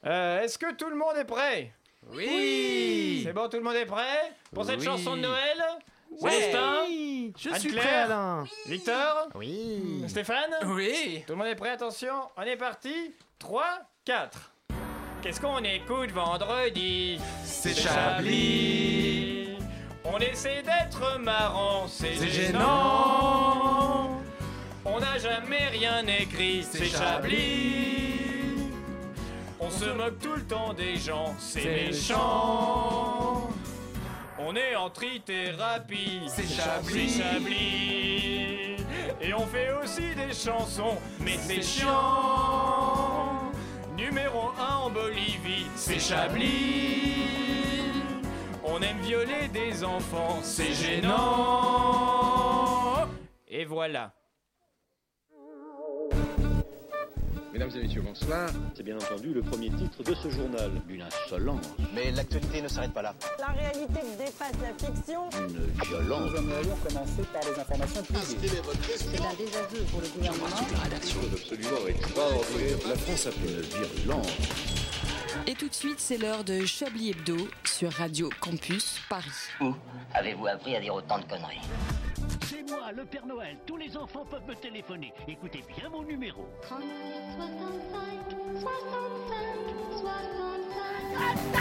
Est-ce que tout le monde est prêt? Oui. C'est bon, tout le monde est prêt pour cette chanson de Noël? Célestin? Je suis Anne-Claire? prêt, Alain. Victor? Oui. Stéphane? Oui. Tout le monde est prêt, attention, on est parti. 3, 4. Qu'est-ce qu'on écoute vendredi? C'est Chablis. On essaie d'être marrant, c'est gênant. gênant. On n'a jamais rien écrit, c'est Chablis. On se moque tout le temps des gens, c'est méchant. On est en trithérapie, C'est Chablis. c'est Chablis. Et on fait aussi des chansons, mais c'est chiant. Numéro 1 en Bolivie, c'est Chablis. On aime violer des enfants, c'est gênant. Et voilà. Mesdames et messieurs, bonsoir. C'est bien entendu le premier titre de ce journal. Une insolence, Mais l'actualité ne s'arrête pas là. La réalité dépasse la fiction. une violence. Nous aimerions commencer par les informations privées. C'est un désaveu pour le gouvernement. Absolument extraordinaire. La France a fait une virulence. Et tout de suite, c'est l'heure de Chablis Hebdo sur Radio Campus Paris. Où avez-vous appris à dire autant de conneries? C'est moi, le Père Noël. Tous les enfants peuvent me téléphoner. Écoutez bien mon numéro. 36 65 65 65.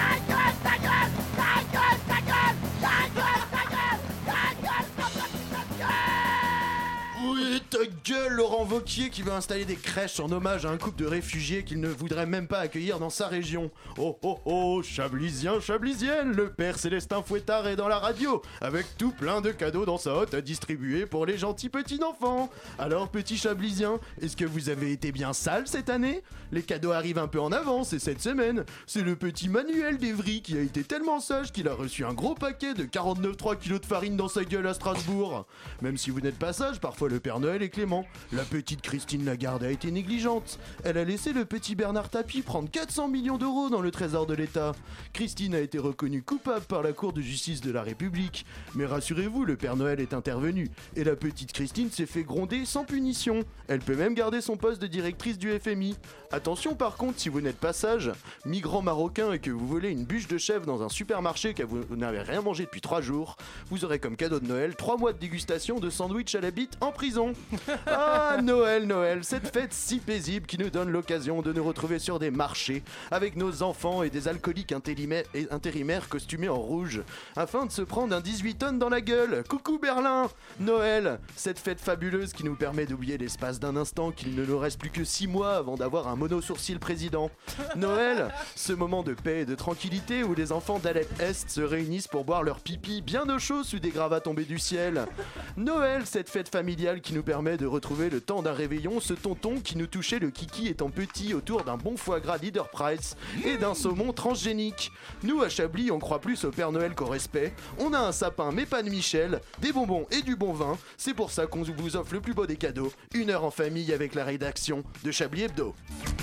Oui, ta gueule, Laurent Wauquiez qui veut installer des crèches en hommage à un couple de réfugiés qu'il ne voudrait même pas accueillir dans sa région. Oh oh oh, Chablisien, Chablisienne, le père Célestin Fouettard est dans la radio, avec tout plein de cadeaux dans sa hotte à distribuer pour les gentils petits enfants. Alors, petit Chablisien, est-ce que vous avez été bien sale cette année? Les cadeaux arrivent un peu en avance et cette semaine, c'est le petit Manuel d'Evry qui a été tellement sage qu'il a reçu un gros paquet de 49,3 kilos de farine dans sa gueule à Strasbourg. Même si vous n'êtes pas sage, parfois le Père Noël est clément. La petite Christine Lagarde a été négligente. Elle a laissé le petit Bernard Tapie prendre 400 millions d'euros dans le trésor de l'État. Christine a été reconnue coupable par la Cour de justice de la République. Mais rassurez-vous, le Père Noël est intervenu. Et la petite Christine s'est fait gronder sans punition. Elle peut même garder son poste de directrice du FMI. Attention par contre, si vous n'êtes pas sage, migrant marocain et que vous volez une bûche de chèvre dans un supermarché car vous n'avez rien mangé depuis 3 jours, vous aurez comme cadeau de Noël 3 mois de dégustation de sandwich à la bite en prison. Ah, Noël, Noël, cette fête si paisible qui nous donne l'occasion de nous retrouver sur des marchés avec nos enfants et des alcooliques intérimaires costumés en rouge afin de se prendre un 18 tonnes dans la gueule. Coucou Berlin. Noël, cette fête fabuleuse qui nous permet d'oublier l'espace d'un instant qu'il ne nous reste plus que 6 mois avant d'avoir un mono-sourcil président. Noël, ce moment de paix et de tranquillité où les enfants d'Alep-Est se réunissent pour boire leur pipi bien au chaud sous des gravats tombés du ciel. Noël, cette fête familiale qui nous permet de retrouver le temps d'un réveillon, ce tonton qui nous touchait le kiki étant petit autour d'un bon foie gras Leader Price et d'un saumon transgénique. Nous à Chablis, on croit plus au Père Noël qu'au respect. On a un sapin mais pas de Michel, des bonbons et du bon vin. C'est pour ça qu'on vous offre le plus beau des cadeaux, 1 heure en famille avec la rédaction de Chablis Hebdo.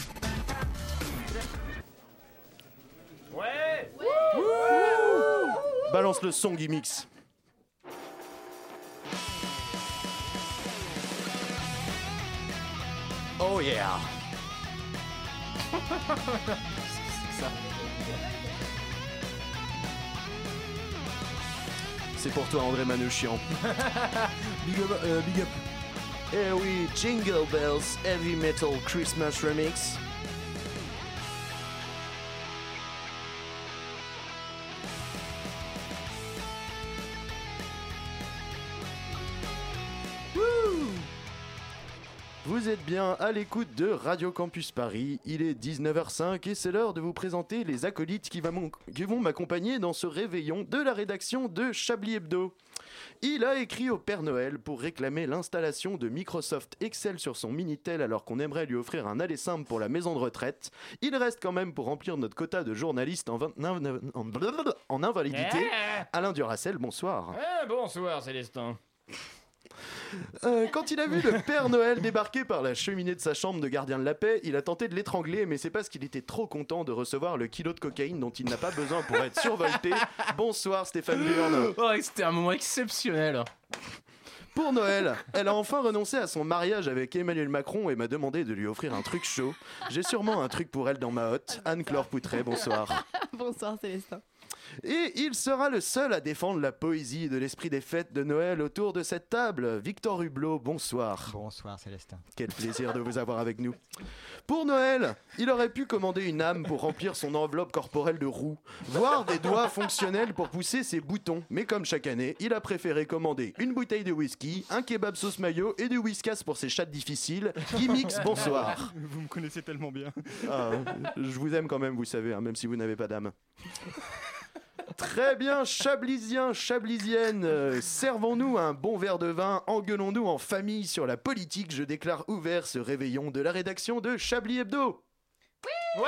Ouais. Balance le son, Gimmix. Oh yeah. C'est pour toi, André Manouchian. Big up. Eh oui, Jingle Bells Heavy Metal Christmas Remix. Vous êtes bien à l'écoute de Radio Campus Paris, il est 19h05 et c'est l'heure de vous présenter les acolytes qui vont m'accompagner dans ce réveillon de la rédaction de Chablis Hebdo. Il a écrit au Père Noël pour réclamer l'installation de Microsoft Excel sur son Minitel alors qu'on aimerait lui offrir un aller simple pour la maison de retraite. Il reste quand même pour remplir notre quota de journalistes en invalidité. Alain Duracell, bonsoir. Bonsoir Célestin. Quand il a vu le Père Noël débarquer par la cheminée de sa chambre de gardien de la paix, il a tenté de l'étrangler, mais c'est parce qu'il était trop content de recevoir le kilo de cocaïne dont il n'a pas besoin pour être survolté. Bonsoir Stéphane Burn. Oh, c'était un moment exceptionnel. Pour Noël, elle a enfin renoncé à son mariage avec Emmanuel Macron et m'a demandé de lui offrir un truc chaud. J'ai sûrement un truc pour elle dans ma hotte. Anne-Claire Poutret, bonsoir. Bonsoir Célestin. Et il sera le seul à défendre la poésie et de l'esprit des fêtes de Noël autour de cette table. Victor Hublot, bonsoir. Bonsoir Célestin. Quel plaisir de vous avoir avec nous. Pour Noël, il aurait pu commander une âme pour remplir son enveloppe corporelle de roues, voire des doigts fonctionnels pour pousser ses boutons. Mais comme chaque année, il a préféré commander une bouteille de whisky, un kebab sauce mayo et du whiskas pour ses chattes difficiles. Gimmicks, bonsoir. Vous me connaissez tellement bien. Ah, je vous aime quand même, vous savez, hein, même si vous n'avez pas d'âme. Très bien, Chablisiens, Chablisiennes, servons-nous un bon verre de vin, engueulons-nous en famille sur la politique. Je déclare ouvert ce réveillon de la rédaction de Chablis Hebdo. Oui,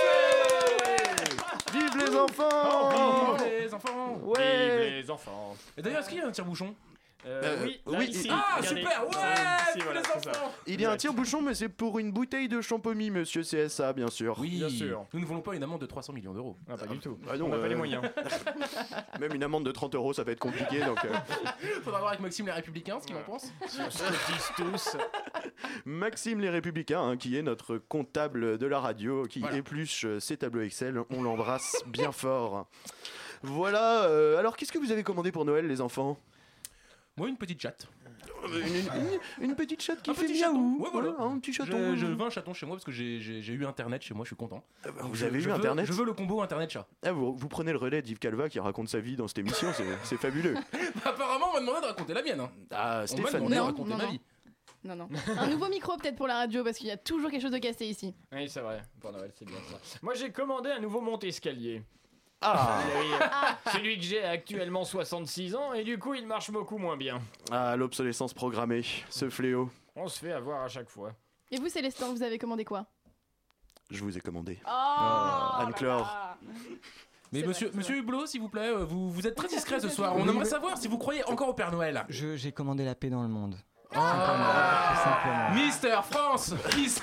Vive les enfants! Vive les enfants! Ouais. Vive les enfants! Et d'ailleurs, est-ce qu'il y a un tire-bouchon? Oui, là, oui. ici, Ah, regardez. super! Ouais! Ici, voilà, les c'est ça. enfants! Il y a un tire-bouchon, mais c'est pour une bouteille de champomis, monsieur CSA, bien sûr. Oui, Bien sûr. Nous ne voulons pas une amende de 300 millions d'euros. Ah, pas du tout. Bah non, On n'a pas les moyens. Même une amende de 30 €, ça va être compliqué, donc... Faudra voir avec Maxime les Républicains ce qu'il en pense. On se cotise tous. Maxime les Républicains, hein, qui est notre comptable de la radio, qui Voilà. épluche ses tableaux Excel, on l'embrasse bien fort. Voilà, alors qu'est-ce que vous avez commandé pour Noël, les enfants? Moi, une petite chatte. Une petite chatte qui Un fait petit miaou. chaton. Ouais, voilà. Un petit chaton. Je veux un chaton chez moi parce que j'ai eu internet chez moi, je suis content. Vous avez eu internet? Je veux le combo internet chat. Ah, vous prenez le relais d'Yves Calva qui raconte sa vie dans cette émission, c'est fabuleux. Apparemment, on m'a demandé de raconter la mienne. Hein. Ah, On m'a Stéphane. demandé de Non, raconter non, ma non. vie. Non. Un nouveau micro peut-être pour la radio parce qu'il y a toujours quelque chose de cassé ici. Oui, c'est vrai. Pour Noël, c'est bien ça. Moi, j'ai commandé un nouveau monte-escalier. Ah, Celui que j'ai a actuellement 66 ans et du coup, il marche beaucoup moins bien. ah, l'obsolescence programmée, ce fléau. On se fait avoir à chaque fois. Et vous Célestin, vous avez commandé quoi? Je vous ai commandé. Oh Anne-Claire. Mais C'est monsieur Hublot, s'il vous plaît, vous êtes très discret ce soir. On aimerait savoir si vous croyez encore au Père Noël. J'ai commandé la paix dans le monde. Ah. Mister France.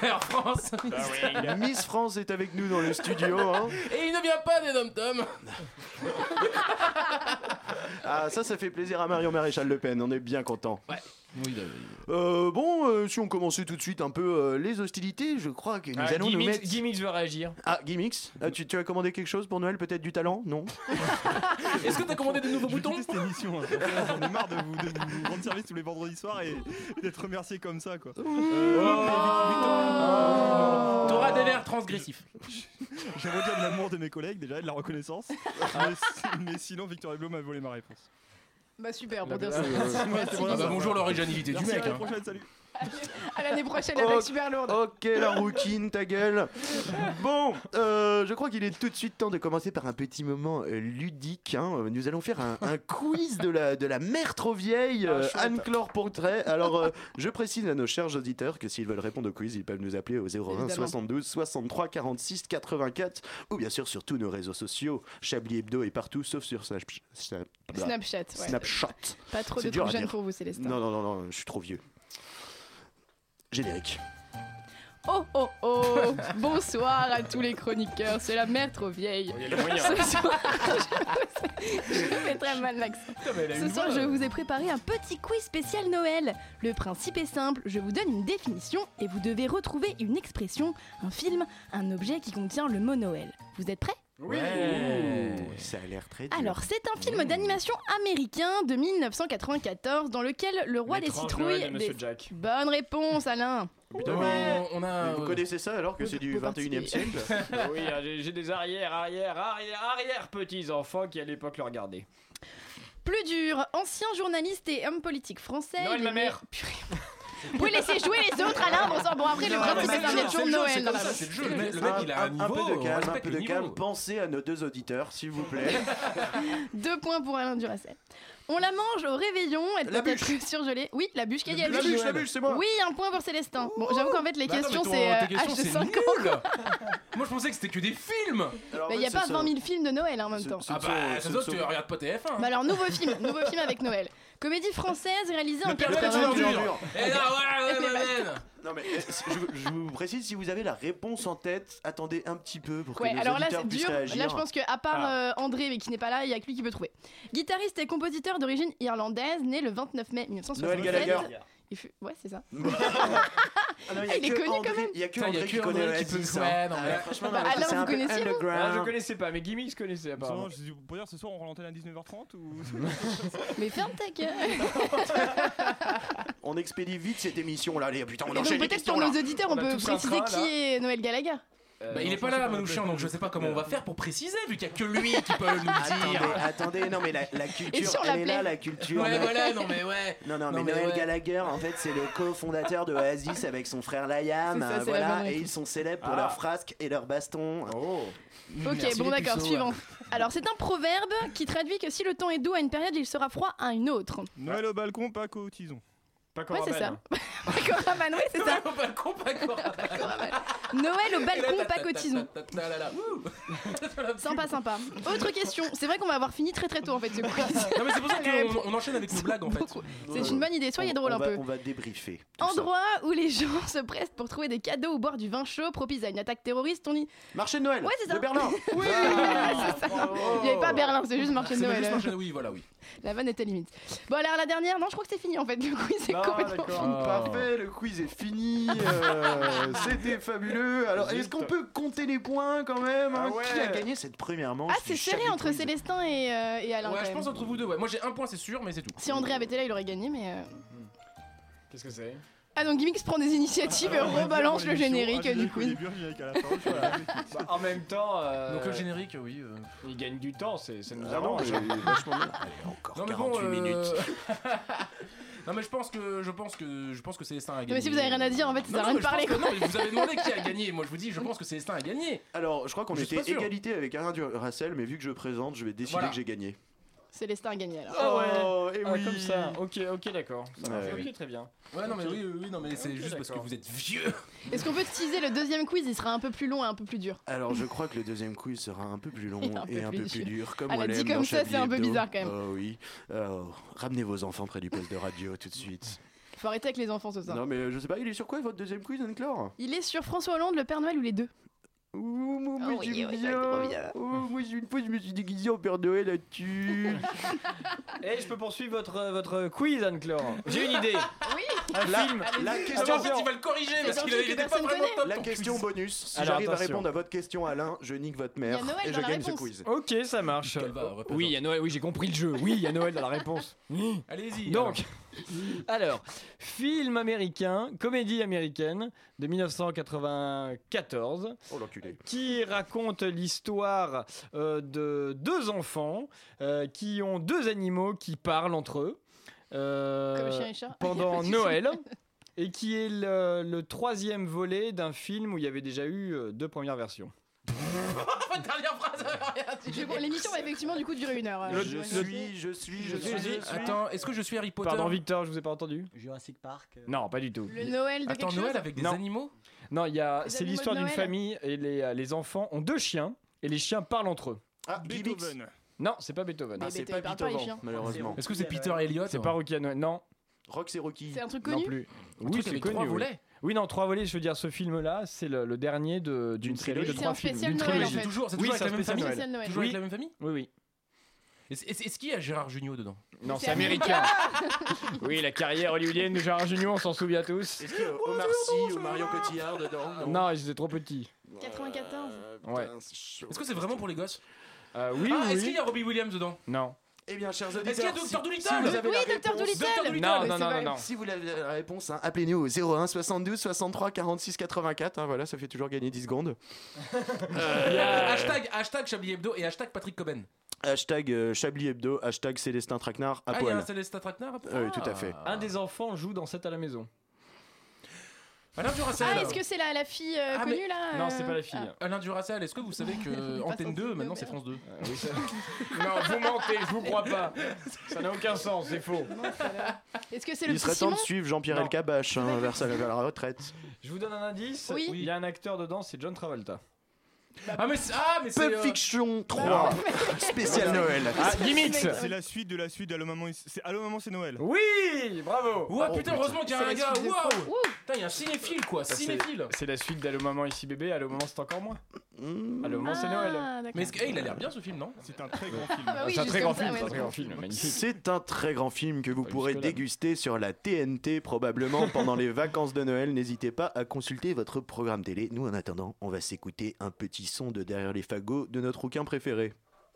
Miss France est avec nous dans le studio. Hein. Et il ne vient pas des dom-toms. Ah, ça fait plaisir à Marion Maréchal Le Pen, on est bien content. Ouais. Oui, Si on commençait tout de suite un peu les hostilités, je crois que nous allons nous mettre... Gimmicks veut réagir. Ah, Gimmicks, tu as commandé quelque chose pour Noël, peut-être du talent? Non? Est-ce que t'as commandé de nouveaux boutons? Cette émission, hein. J'en ai marre de vous rendre service tous les vendredis soirs et d'être remercié comme ça, quoi. T'auras des verres transgressifs. J'aimerais dire de l'amour de mes collègues, déjà, de la reconnaissance. mais sinon, Victor Hublot m'a volé ma réponse. Bah super, pour dire ça. Bonjour l'originalité du mec. À la prochaine, salut. À l'année prochaine, la blague super lourde. Ok, la rouquine, ta gueule. Bon, je crois qu'il est tout de suite temps de commencer par un petit moment ludique. Hein. Nous allons faire un quiz de la mère trop vieille, Anne-Claire Poutret. Alors, je précise à nos chers auditeurs que s'ils veulent répondre au quiz, ils peuvent nous appeler au 01 Évidemment. 72 63 46 84 ou bien sûr sur tous nos réseaux sociaux, Chablis Hebdo et partout, sauf sur Snapchat. Snapchat, ouais. Snapchat. Pas trop C'est de dur trucs à jeunes dire. pour vous Célestin. Non, je suis trop vieux. Générique. Oh oh oh. Bonsoir à tous les chroniqueurs, c'est la mère trop vieille. Il y a les moyens. Ce soir, je fais très mal l'accent. Ce soir, je vous ai préparé un petit quiz spécial Noël. Le principe est simple, je vous donne une définition et vous devez retrouver une expression, un film, un objet qui contient le mot Noël. Vous êtes prêts ? Oui. Ça a l'air très dur. Alors, c'est un film d'animation américain de 1994 dans lequel le roi des L'étrange Noël citrouilles... de Monsieur Jack. Bonne réponse, Alain. On a. Vous connaissez ça alors que c'est du 21e siècle? Oui, j'ai des arrière petits-enfants qui à l'époque le regardaient. Plus dur, ancien journaliste et homme politique français. Noël, il ma est- mère. Purée. Vous pouvez laisser jouer les autres, Alain. Bon, après, le principe est un métro de Noël. comme ça, c'est le jeu. Le mec, il a un niveau. Un peu de on calme, respecte le niveau. Pensez à nos deux auditeurs, s'il vous plaît. 2 points pour Alain Duracell. On la mange au réveillon, elle La peut être bûche. surgelée. Oui, la bûche, qu'a dit La bûche, c'est moi. Oui, 1 point pour Célestin. Bon, j'avoue qu'en fait, les Bah attends, questions, mais c'est tes questions, H de c'est 5 ans. nul. Moi, je pensais que c'était que des films. Alors, Il n'y a pas 20 000 films de Noël en même temps. Ah bah, ça se voit que tu regardes pas TF1. Bah alors, nouveau film avec Noël. Comédie française réalisée en Le Père Noël est une ordure. Eh non, Non mais je vous précise, si vous avez la réponse en tête, attendez un petit peu pour que Ouais, nos alors là auditeurs c'est puissent dur. réagir. Là je pense qu'à part André, mais qui n'est pas là, il y a que lui qui peut trouver. Guitariste et compositeur d'origine irlandaise, né le 29 mai 1967. Noël Gallagher. Ouais, c'est ça. Ah non, il est connu André, quand même. Il y a que André qui connaît Oasis. Ouais, non, mais franchement, Bah, alors, c'est vous un peu connaissiez, vous underground. Je connaissais pas, mais Gimmicks connaissait apparemment. Pour dire, ce soir on rend l'antenne à 19h30 ou. Mais ferme ta gueule. On expédie vite cette émission là, allez, putain, on Et donc enchaîne les peut-être questions pour là. nos auditeurs, on peut préciser qui est Noël Gallagher. Bah, il est pas là, Manouchian, donc je sais pas comment on va faire pour préciser, vu qu'il y a que lui qui peut nous le dire. Attendez, non mais la Et culture, si on elle est l'appelait là, la culture. Ouais, voilà, non mais ouais. Non, mais mais Noël ouais. Gallagher, en fait, c'est le cofondateur de Oasis avec son frère Liam. C'est ça, c'est la Voilà, bonne et réponse. ils sont célèbres pour leurs frasques et leurs bastons. Ok, Merci bon les d'accord, puceaux. suivant. Alors c'est un proverbe qui traduit que si le temps est doux à une période, il sera froid à une autre. Noël au balcon, pas qu'au tison. Ouais, c'est ça. Paco Rabanne, oui, c'est ça. Au balcon, Paco Rabanne. Noël au balcon, pas Ta, cotison. ta, ta, ta, la, la, ouh. Sympa, sympa. Autre question. C'est vrai qu'on va avoir fini très très tôt en fait ce quiz. Non mais c'est pour ça qu'on enchaîne avec nos blagues en fait. C'est une bonne idée, soyez drôle un peu. On va débriefer. tout ça. Endroit où les gens se pressent pour trouver des cadeaux ou boire du vin chaud propice à une attaque terroriste, on y... Marché de Noël Ouais, c'est ça. de Berlin. Oui, c'est ça. Il n'y avait pas Berlin, c'est juste marché de C'est Noël. juste marché, oui, voilà, oui. La vanne était limite. Bon alors la dernière, non je crois que c'est fini en fait, le quiz est complètement fini. Parfait, le quiz est fini. C'était fabuleux. Alors, est-ce qu'on peut compter les points quand même hein, Qui a gagné cette première manche Ah c'est du serré Chablis entre Quiz Célestin et Alain Ouais, quand je même. pense entre vous deux, ouais. Moi j'ai un point, c'est sûr, mais c'est tout. Si André avait été là, il aurait gagné, mais... Qu'est-ce que c'est? Ah donc Gimmicks prend des initiatives et rebalance le générique du quiz. En même temps. Donc le générique, oui. Il gagne du temps, ça nous Ah arrange. vachement bien. Allez, encore Non mais 48 bon, minutes. Non mais je pense que Célestin a gagné. Non mais si vous avez rien à dire, en fait, ça sert à rien de parler. Non mais vous avez demandé qui a gagné. Moi je vous dis, je pense que Célestin a gagné. Alors, je crois qu'on Je suis était pas sûr. égalité avec Alain Duracell, mais vu que je présente, je vais décider Voilà. que j'ai gagné. Célestin a gagné alors. Ah ouais. Oh, et Ah, oui. comme ça. Ok, d'accord. Ça marche. Ouais. Ok, très bien. Ouais non mais oui non mais c'est juste parce que d'accord. vous êtes vieux. Est-ce qu'on peut teaser le deuxième quiz? Il sera un peu plus long et un peu plus dur. Alors, je crois que le deuxième quiz sera un peu plus long Et et un peu plus dur, comme Elle on a dit l'aime comme dans ça, Chablis c'est un peu Hebdo. bizarre, quand même. Oh oui. Ramenez vos enfants près du poste de radio tout de suite. Faut arrêter avec les enfants ce soir. Non, mais je sais pas, il est sur quoi votre deuxième quiz, Anne-Claire? Il est sur François Hollande, le Père Noël ou les deux? Ouh, moi, Oh oui, j'aime oui, bien. ça va être trop bien. Oh, moi, une fois, je me suis déguisé en Père Noël là-dessus. Et je peux poursuivre votre quiz, Anne-Claire. J'ai une idée. Oui. Un film. La En question, fait il va le corriger C'est parce un qu'il truc que était pas personne vraiment connaît. top. la ton question quiz. bonus. Si Alors, j'arrive à attention. répondre à votre question, Alain, je nique votre mère Il y a Noël et dans je la gagne ce réponse. quiz. Ok, ça marche. Qu'elle va représenter. Oui, il y a Noël. Oui, j'ai compris le jeu. Oui, il y a Noël dans la réponse. Allez-y. Donc, alors, film américain, comédie américaine de 1994, Oh l'enculé. qui raconte l'histoire de deux enfants qui ont deux animaux qui parlent entre eux Comme chien et chat. pendant Noël. Et qui est le troisième volet d'un film où il y avait déjà eu deux premières versions. Dernière phrase. L'émission va effectivement du coup durer 1 heure. Je suis. Attends, est-ce que je suis Harry Potter? Pardon Victor, je vous ai pas entendu. Jurassic Park. Non, pas du tout. Le Noël de Attends, quelque Noël chose. avec des Non. animaux? Non, Les c'est animaux l'histoire de d'une Noël. famille et les enfants ont deux chiens et les chiens parlent entre eux. Ah, Gimmicks. Non, c'est pas Beethoven. Ah, c'est Beethoven pas parle pas, les Beethoven, chiens. malheureusement. Est-ce que c'est Peter Elliott? C'est pas Rocky à Noël. Non, Rox et Rocky. C'est un truc non connu. plus. Un Oui, truc c'est avec connu. 3 oui. volets. Oui, non, 3 volets, je veux dire, ce film-là, c'est le dernier d'une série de trilogie. 3 C'est un films. spécial d'une Noël, trilogie. en fait. C'est toujours Oui, avec c'est la un même spécial famille. Spécial Noël. Toujours Oui. avec la même famille? Oui, oui. Est-ce qu'il y a Gérard Jugnot dedans? Non, c'est c'est américain. Oui, la carrière hollywoodienne de Gérard Jugnot, on s'en souvient tous. Est-ce qu'il y a Omar Sy ou Marion Cotillard dedans? Non, ils étaient trop petits. 94. Ouais. Est-ce que c'est vraiment pour les gosses? Oui, Ah, est-ce oui. qu'il y a Robbie Williams dedans? Non. Eh bien, chers auditeurs, Est-ce qu'il y a Dr. si Dolittle? vous avez la Oui, Dr. réponse- Dolittle. Non, mais non, c'est non, vrai. non. Si vous avez la réponse, hein, appelez-nous au 01 72 63 46 84. Hein, voilà, ça fait toujours gagner 10 secondes. Hashtag Chablis Hebdo et hashtag Patrick Coben. Hashtag Chablis Hebdo, hashtag Célestin Traquenard à Ah, il y a poil. un Célestin Traquenard à poil? Oui, tout à fait. Un des enfants joue dans 7 à la maison. Alain Duracell. Ah, est-ce que c'est la fille Ah, mais- connue là Non, c'est pas la fille. Alain Duracell, est-ce que vous savez que Antenne 2, maintenant c'est France 2? Non, vous mentez, je vous crois pas. Ça n'a aucun sens, c'est faux. Est-ce que c'est le Il petit serait temps Simon? de suivre Jean-Pierre Non. Elkabbach vers la retraite. Je vous donne un indice. Oui. Il y a un acteur dedans, c'est John Travolta. Ah, mais c'est. Pulp Fiction 3 spécial Noël. Ah, Gimmicks. C'est la suite de la suite d'Allo Maman, c'est Allo Maman c'est Noël. Oui, bravo. Ouais, putain, heureusement qu'il y a un gars. Waouh. Ouh. Putain, il y a un cinéphile quoi, cinéphile. C'est la suite d'Allo Maman ici bébé, Allo Maman c'est encore moins. Allo Maman c'est Noël. d'accord. Mais il a l'air bien ce film, non? C'est un très grand film. Ah bah oui, C'est un juste très comme grand ça, film, ouais, c'est un très grand film, magnifique. C'est un très grand film que vous Pas pourrez jusque-là. déguster sur la TNT probablement pendant les vacances de Noël. N'hésitez pas à consulter votre programme télé. Nous, en attendant, on va s'écouter un petit son de Derrière les fagots de notre rouquin préféré.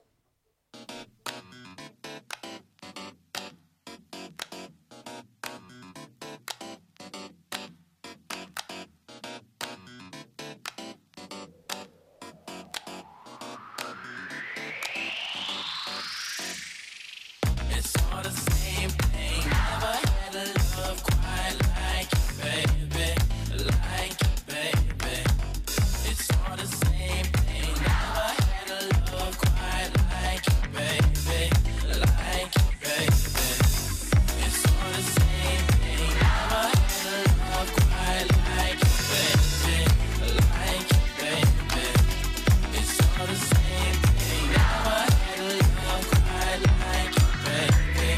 It's all the same thing. Never had a love quite like you, baby. Like you, baby. It's all the same thing. Never had a love quite like you, baby. Like you, baby. It's all the same thing. Never had a love quite like you, baby. Like you, baby. It's all the same thing. Never had a love quite like you, baby.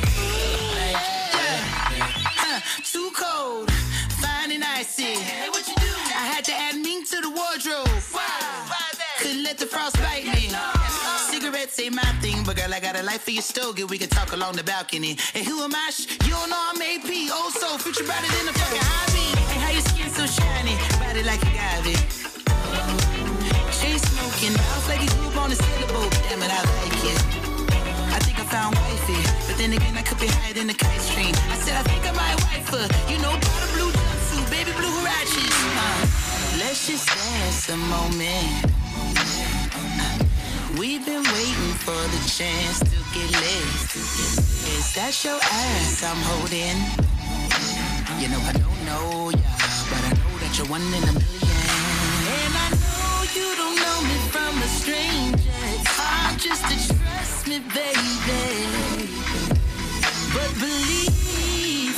Too cold, fine and icy. Hey, what you do? I had to add mink to the wardrobe. Why that? Couldn't let the frost bite me. Cigarettes ain't my thing, but girl, I got a light for your stogie. We can talk along the balcony. And who am I? You don't know I'm AP. Oh, so future brighter than the fucking hobby. And how your skin so shiny, body like agave. Chain smoking, mouth like a group on a sailboat. Damn it, I like it. I think I found wifey, but then again I could be higher than the kite string. I said I think I might wife her, you know, powder blue jumpsuit, baby blue huaraches. Let's just dance a moment. We've been waiting for the chance to get laid. Is that your ass I'm holding? You know I don't know ya, but I know that you're one in a million. And I know you don't know me from a stranger. It's hard just to trust me, baby. But believe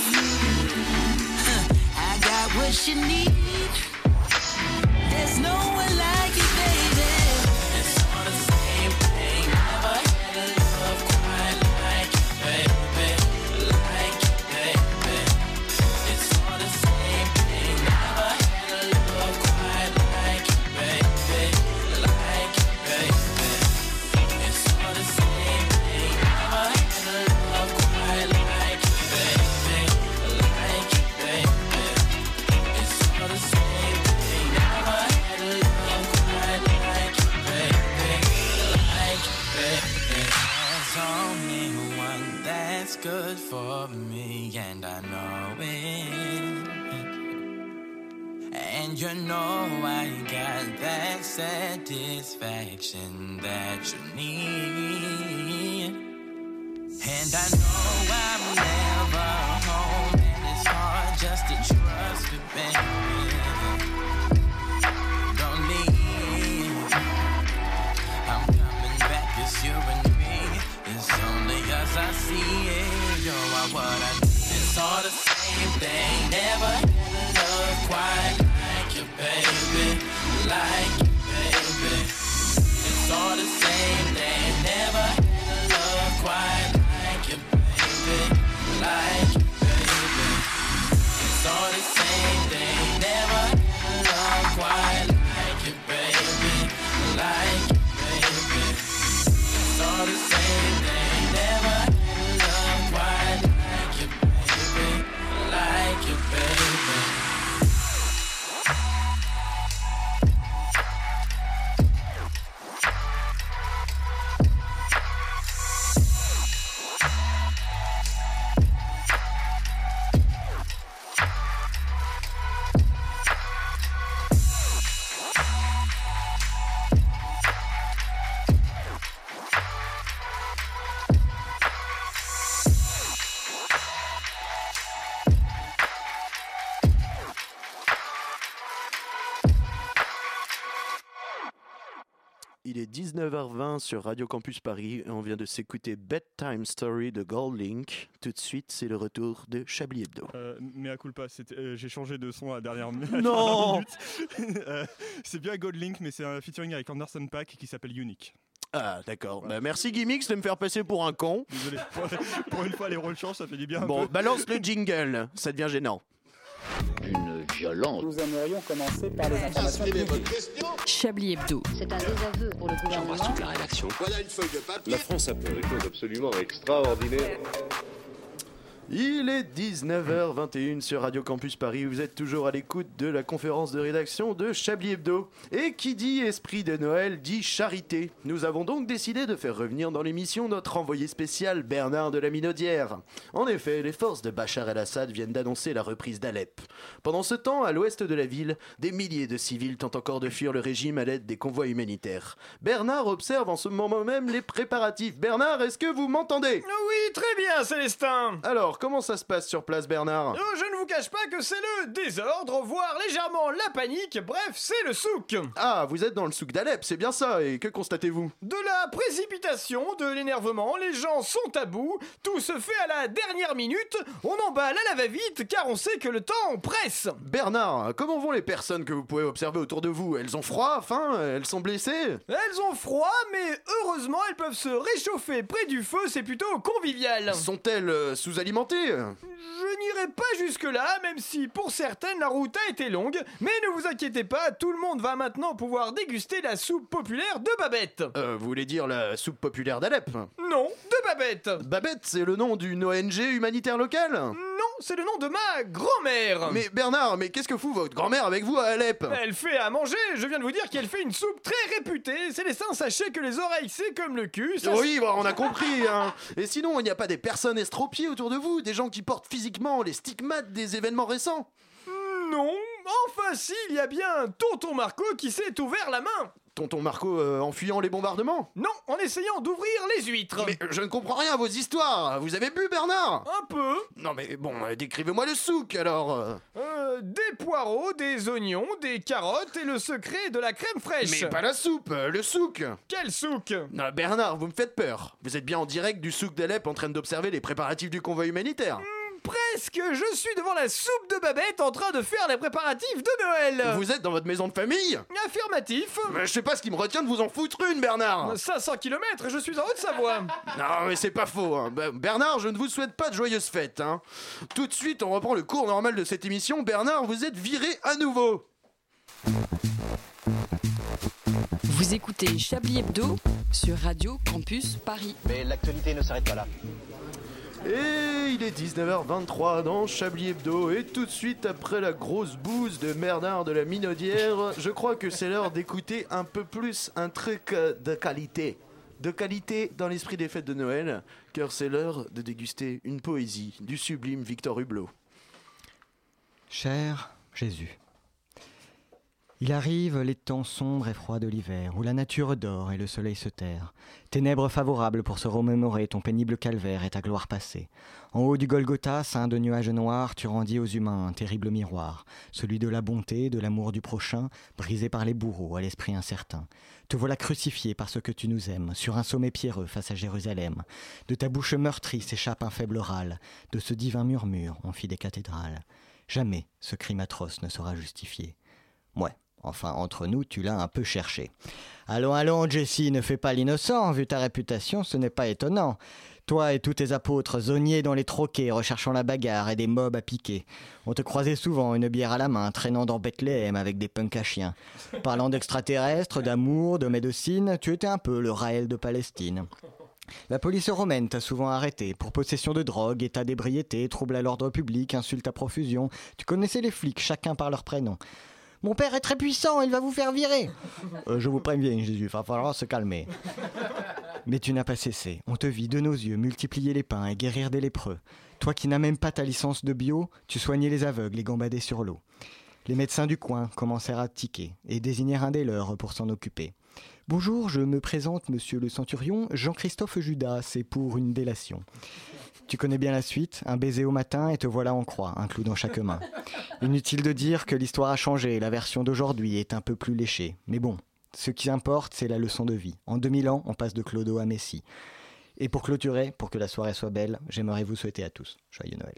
I got what you need. There's no one like you, baby. It's all the same thing. Never had a love quite like you, baby. Like you, baby. It's all the same thing. Never had a love quite like you, baby. Like you, baby. It's all the same thing. Never had a love quite like you, baby. Like you, baby. It's all the same thing. Never had a love quite like you, baby. Like you, baby. There's only one that's good for me, and I know it. And you know I got that satisfaction that you need. And I know I'm never home, and it's hard just to trust you, baby. Don't leave. I'm coming back, it's you and me. It's only us I see it. You're what I need. It's all the same thing. Never had a love quite like you, baby. Like you, baby. It's all the same thing. Never had a love quite like you, baby. Like you, baby. It's all the same thing. Never had a love quite like you, baby. Like you, baby. It's all the same thing. Never had a love quite like you, baby. Like you, baby. Il est 19h20 sur Radio Campus Paris et on vient de s'écouter Bedtime Story de Goldlink. Tout de suite, c'est le retour de Chablis Hebdo. Mais à culpa, j'ai changé de son à la dernière minute. Non. C'est bien Goldlink, mais c'est un featuring avec Anderson .Paak qui s'appelle Unique. Ah, d'accord. Bah, merci Gimmicks de me faire passer pour un con. Désolé, pour une fois, les rôles changent, ça fait du bien. Bon, balance le jingle, ça devient gênant. Une violence. Nous aimerions commencer par les informations publiques. Chablis Hebdo. C'est un désaveu pour le gouvernement. J'embrasse toute la rédaction. Voilà une feuille de papier. La France a fait des choses absolument extraordinaires. Il est 19h21 sur Radio Campus Paris. Vous êtes toujours à l'écoute de la conférence de rédaction de Chablis Hebdo. Et qui dit esprit de Noël dit charité. Nous avons donc décidé de faire revenir dans l'émission notre envoyé spécial Bernard de la Minaudière. En effet, les forces de Bachar el-Assad viennent d'annoncer la reprise d'Alep. Pendant ce temps, à l'ouest de la ville, des milliers de civils tentent encore de fuir le régime à l'aide des convois humanitaires. Bernard observe en ce moment même les préparatifs. Bernard, est-ce que vous m'entendez ? Oui, très bien, Célestin. Alors, comment ça se passe sur place, Bernard ? Je ne vous cache pas que c'est le désordre, voire légèrement la panique, bref, c'est le souk. Ah, vous êtes dans le souk d'Alep, c'est bien ça, et que constatez-vous ? De la précipitation, de l'énervement, les gens sont à bout, tout se fait à la dernière minute, on emballe à la va-vite car on sait que le temps presse. Bernard, comment vont les personnes que vous pouvez observer autour de vous ? Elles ont froid, faim, elles sont blessées ? Elles ont froid, mais heureusement elles peuvent se réchauffer près du feu, c'est plutôt convivial. Sont-elles sous-alimentées ? Je n'irai pas jusque-là, même si pour certaines la route a été longue, mais ne vous inquiétez pas, tout le monde va maintenant pouvoir déguster la soupe populaire de Babette. Vous voulez dire la soupe populaire d'Alep ? Non, de Babette. Babette, c'est le nom d'une ONG humanitaire locale ? Non, c'est le nom de ma grand-mère. Mais Bernard, mais qu'est-ce que fout votre grand-mère avec vous à Alep ? Elle fait à manger, je viens de vous dire qu'elle fait une soupe très réputée. Célestin, sachez que les oreilles c'est comme le cul. Ça oui, bon, on a compris, hein. Et sinon, il n'y a pas des personnes estropiées autour de vous ? Des gens qui portent physiquement les stigmates des événements récents ? Non, enfin si, il y a bien Tonton Marco qui s'est ouvert la main. Tonton Marco en fuyant les bombardements ? Non, en essayant d'ouvrir les huîtres. Mais je ne comprends rien à vos histoires. Vous avez bu, Bernard ? Un peu. Non mais bon, décrivez-moi le souk alors. Des poireaux, des oignons, des carottes et le secret de la crème fraîche. Mais pas la soupe, le souk. Quel souk ? Non, Bernard, vous me faites peur. Vous êtes bien en direct du souk d'Alep en train d'observer les préparatifs du convoi humanitaire. Presque, je suis devant la soupe de Babette en train de faire les préparatifs de Noël. Vous êtes dans votre maison de famille ? Affirmatif. Je sais pas ce qui me retient de vous en foutre une, Bernard. 500 km, je suis en Haute-Savoie. Non mais c'est pas faux, hein. Bernard, je ne vous souhaite pas de joyeuses fêtes, hein. Tout de suite, on reprend le cours normal de cette émission. Bernard, vous êtes viré à nouveau. Vous écoutez Chablis Hebdo sur Radio Campus Paris. Mais l'actualité ne s'arrête pas là. Et il est 19h23 dans Chablis Hebdo. Et tout de suite, après la grosse bouse de Bernard de la Minaudière, je crois que c'est l'heure d'écouter un peu plus un truc de qualité. De qualité dans l'esprit des fêtes de Noël, car c'est l'heure de déguster une poésie du sublime Victor Hublot. Cher Jésus, il arrive les temps sombres et froids de l'hiver, où la nature dort et le soleil se terre. Ténèbres favorables pour se remémorer ton pénible calvaire et ta gloire passée. En haut du Golgotha, ceint de nuages noirs, tu rendis aux humains un terrible miroir, celui de la bonté, de l'amour du prochain, brisé par les bourreaux à l'esprit incertain. Te voilà crucifié parce que tu nous aimes, sur un sommet pierreux face à Jérusalem. De ta bouche meurtrie s'échappe un faible râle, de ce divin murmure on fit des cathédrales. Jamais ce crime atroce ne sera justifié. Ouais. Enfin, entre nous, tu l'as un peu cherché. Allons, Jessie, ne fais pas l'innocent. Vu ta réputation, ce n'est pas étonnant. Toi et tous tes apôtres zoniers dans les troquets, recherchant la bagarre et des mobs à piquer. On te croisait souvent, une bière à la main, traînant dans Bethléem avec des punks à chiens. Parlant d'extraterrestres, d'amour, de médecine, tu étais un peu le Raël de Palestine. La police romaine t'a souvent arrêté pour possession de drogue, état d'ébriété, trouble à l'ordre public, insulte à profusion. Tu connaissais les flics, chacun par leur prénom. Mon père est très puissant, il va vous faire virer. Je vous préviens, Jésus, il va falloir se calmer. Mais tu n'as pas cessé. On te vit de nos yeux multiplier les pains et guérir des lépreux. Toi qui n'as même pas ta licence de bio, tu soignais les aveugles et gambadais sur l'eau. Les médecins du coin commencèrent à tiquer et désignèrent un des leurs pour s'en occuper. Bonjour, je me présente, monsieur le centurion, Jean-Christophe Judas, c'est pour une délation. Tu connais bien la suite, un baiser au matin et te voilà en croix, un clou dans chaque main. Inutile de dire que l'histoire a changé, la version d'aujourd'hui est un peu plus léchée. Mais bon, Ce qui importe, c'est la leçon de vie. En 2000 ans, on passe de Clodo à Messi. Et pour clôturer, pour que la soirée soit belle, j'aimerais vous souhaiter à tous joyeux Noël.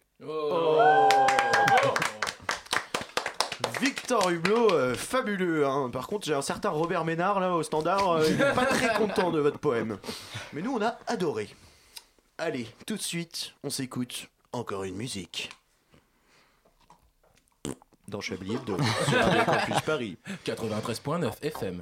Victor Hublot, fabuleux. Hein. Par contre, j'ai un certain Robert Ménard là au standard, il n'est pas très content de votre poème. Mais nous, on a adoré. Allez, tout de suite, on s'écoute encore une musique. Dans Chablis Hebdo, sur Radio Campus Paris. 93.9 FM.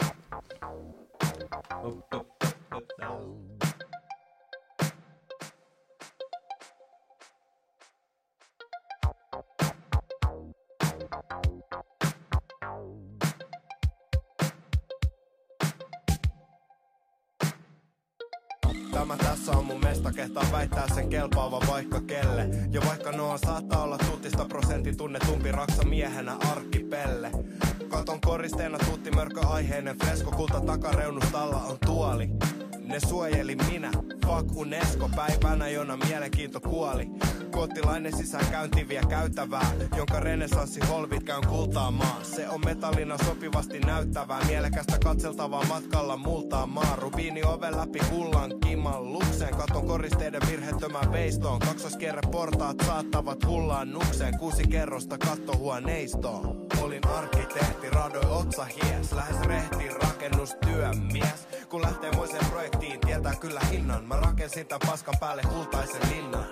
Tämä tässä on mun mesta, kehtaa väittää sen kelpaava vaikka kelle. Ja vaikka noin saattaa olla tutista prosentin tunnetumpi raksa miehenä arkkipelle. Katon koristeena tuttimörkö aiheinen fresko, kulta takareunustalla on tuoli. Ne suojeli minä, fuck UNESCO, päivänä jona mielenkiinto kuoli. Kotilainen sisäänkäynti vie käytävää, jonka renesanssi holvitkään kultaamaan. Se on metallina sopivasti näyttävää, mielekästä katseltavaa matkalla multaa maa. Rubiini oven läpi kullan kimallukseen, katon koristeiden virheettömän veistoon. Kaksoskierreportaat saattavat hullaan nukseen, 6 kerrosta kattohuoneistoon. Olin arkkitehti, radoin otsahies, lähes rehti rakennustyömies. Kun lähtee moiseen projektiin, tietää kyllä hinnan. Mä rakensin tän paskan päälle kultaisen linnan.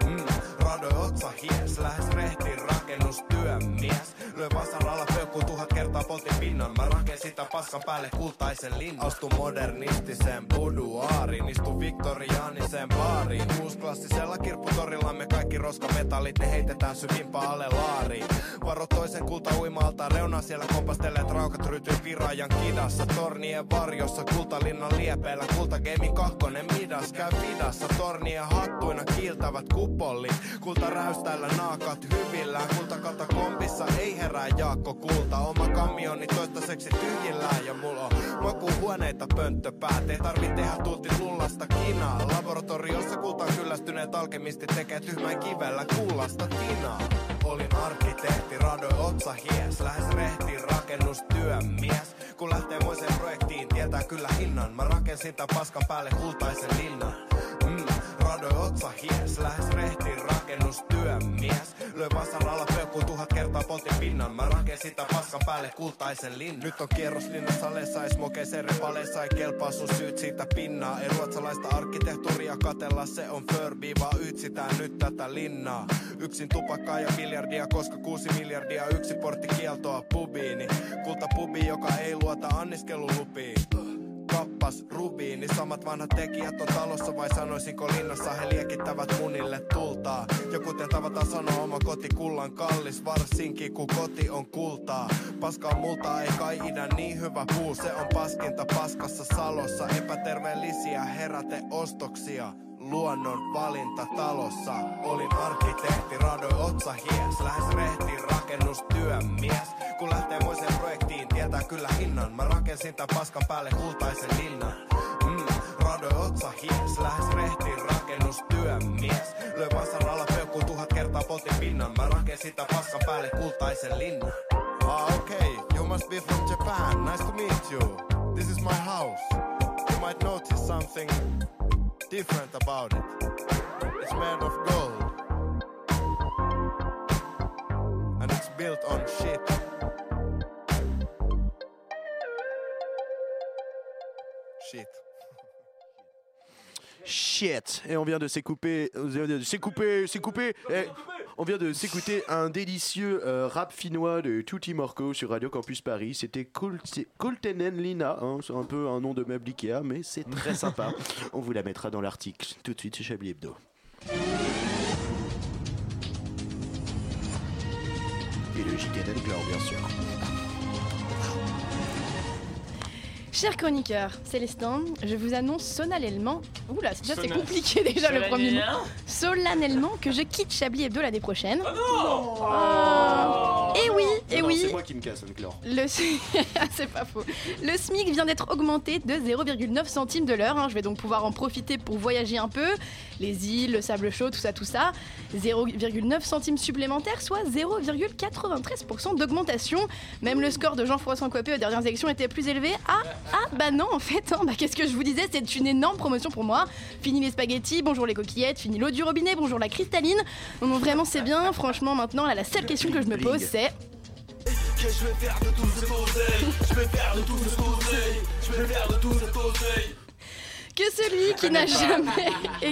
Radoin otsahies, lähes rehti rakennustyömies. Löin vasaralla peukkuun 1000 kertaa poltin pinnan. Mä rakensin tän paskan päälle kultaisen linnan. Astun modernistiseen buduaariin, istun viktoriaaniseen baariin. Uusklassisella kirpputorilla me kaikki roskametallit, ne heitetään syvimpään ale laariin. Varo toisen kultauimalta reuna, siellä kompastelee raukat rytyy viraajan kidassa. Tornien varjossa, kultalinnan liepeillä, kultageimin kakkonen midas. Käy vidassa, tornien hattuina kiiltävät kupollit. Kulta räystäillä naakat hyvillään, kultakatakombissa ei herää Jaakko Kulta. Oma kamioni toistaiseksi tyhjillään ja mulla on makuuhuoneita pönttöpäät. Ei tarvi tehdä tultit lullasta kinaa. Laboratoriossa kultaan kyllästyneet alkemistit tekee tyhmän kivellä kullasta tinaa. Olin arkkitehti, radoin otsahies, lähes rehti rakennustyömies. Kun lähtee moiseen projektiin, tietää kyllä hinnan. Mä rakensin tän paskan päälle kultaisen linnan. Radoin otsahies, lähes rehti rakennustyömies. Löin vasaralla peukkuun 1000 kertaa poltin pinnan. Mä rakensin tän paskan päälle kultaisen linnan. Nyt on kierroslinnassa alessa, ei smokeissa eri paleissa. Ei kelpaa sun syyt siitä pinnaa. Ei ruotsalaista arkkitehtuuria katella, se on Furby, vaan ytsitään nyt tätä linnaa. Yksin tupakkaa ja miljardia, koska 6 miljardia yksi portti kieltoa pubiini. Kultapubi, joka ei luota anniskelulupiin. Kappas, rubiini, samat vanhat tekijät on talossa, vai sanoisinko linnassa he liekittävät munille tultaa. Ja kuten tavataan sanoa, oma koti kullan kallis, varsinkin kun koti on kultaa. Paskaa multaa, ei kai idän niin hyvä puu, se on paskinta paskassa salossa. Epäterveellisiä heräteostoksia, luonnon valinta talossa. Olin arkkitehti, radoin otsahies, lähes rehti rakennustyömies. Kun lähtee moiseen projektiin, tietää kyllä hinnan. Mä rakensin tän paskan päälle kultaisen linnan. Radoin otsahies, lähes rehti rakennustyömies. Löin vasaralla peukkuun 1000 kertaa poltin pinnan. Mä rakensin tän paskan päälle kultaisen linnan. Okay, you must be from Japan, nice to meet you. This is my house. You might notice something different about it. It's made of gold. And it's built on shit. Shit. Et on vient de s'écouter un délicieux rap finnois de Tutti Morco sur Radio Campus Paris. C'était Kultenen Lina, hein, c'est un peu un nom de meuble Ikea, mais c'est très sympa. On vous la mettra dans l'article. Tout de suite chez Chablis Hebdo. Et le JT d'Anne-Claire, bien sûr. Chers chroniqueurs, Célestin, je vous annonce solennellement... Oula, c'est compliqué déjà le premier mot. Solennellement que je quitte Chablis Hebdo l'année prochaine. Oh non Et oui, Non, oui. c'est moi qui me casse, Anne-Clore. C'est pas faux. Le SMIC vient d'être augmenté de 0,9 centimes de l'heure. Je vais donc pouvoir en profiter pour voyager un peu. Les îles, le sable chaud, tout ça. 0,9 centimes supplémentaires, soit 0,93% d'augmentation. Même le score de Jean-François Copé aux dernières élections était plus élevé. Bah non, en fait. Qu'est-ce que je vous disais, c'est une énorme promotion pour moi. Fini les spaghettis, bonjour les coquillettes, fini l'eau du robinet, bonjour la cristalline. Non, vraiment, c'est bien. Franchement, maintenant, là, la seule question que je me pose, c'est... Que je vais faire de tout cet oseille. Je vais faire de tout cet oseille. Je vais faire de tout cet oseille. Que celui qui n'a jamais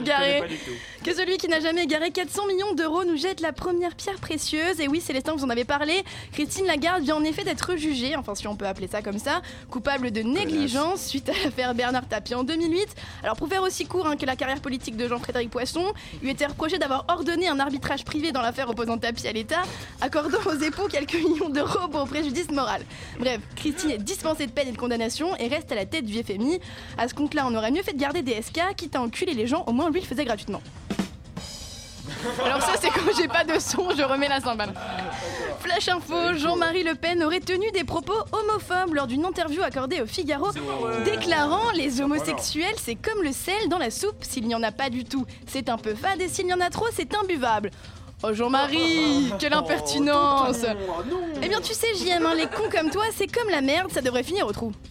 égaré 400 millions d'euros nous jette la première pierre précieuse. Et oui, Célestin, vous en avez parlé. Christine Lagarde vient en effet d'être jugée, enfin si on peut appeler ça comme ça, coupable de négligence suite à l'affaire Bernard Tapie en 2008. Alors pour faire aussi court que la carrière politique de Jean-Frédéric Poisson, il lui était reproché d'avoir ordonné un arbitrage privé dans l'affaire opposant Tapie à l'État, accordant aux époux quelques millions d'euros pour préjudice moral. Bref, Christine est dispensée de peine et de condamnation et reste à la tête du FMI. À ce compte-là, on aurait mieux fait de garder des SK, quitte à enculer les gens, au moins lui le faisait gratuitement. Alors ça c'est quand j'ai pas de son, je remets la cymbale. Flash info, Jean-Marie Le Pen aurait tenu des propos homophobes lors d'une interview accordée au Figaro, déclarant les homosexuels c'est comme le sel dans la soupe, s'il n'y en a pas du tout, c'est un peu fade et s'il y en a trop c'est imbuvable. Oh Jean-Marie, quelle impertinence. Eh bien tu sais JM, les cons comme toi c'est comme la merde, ça devrait finir au trou.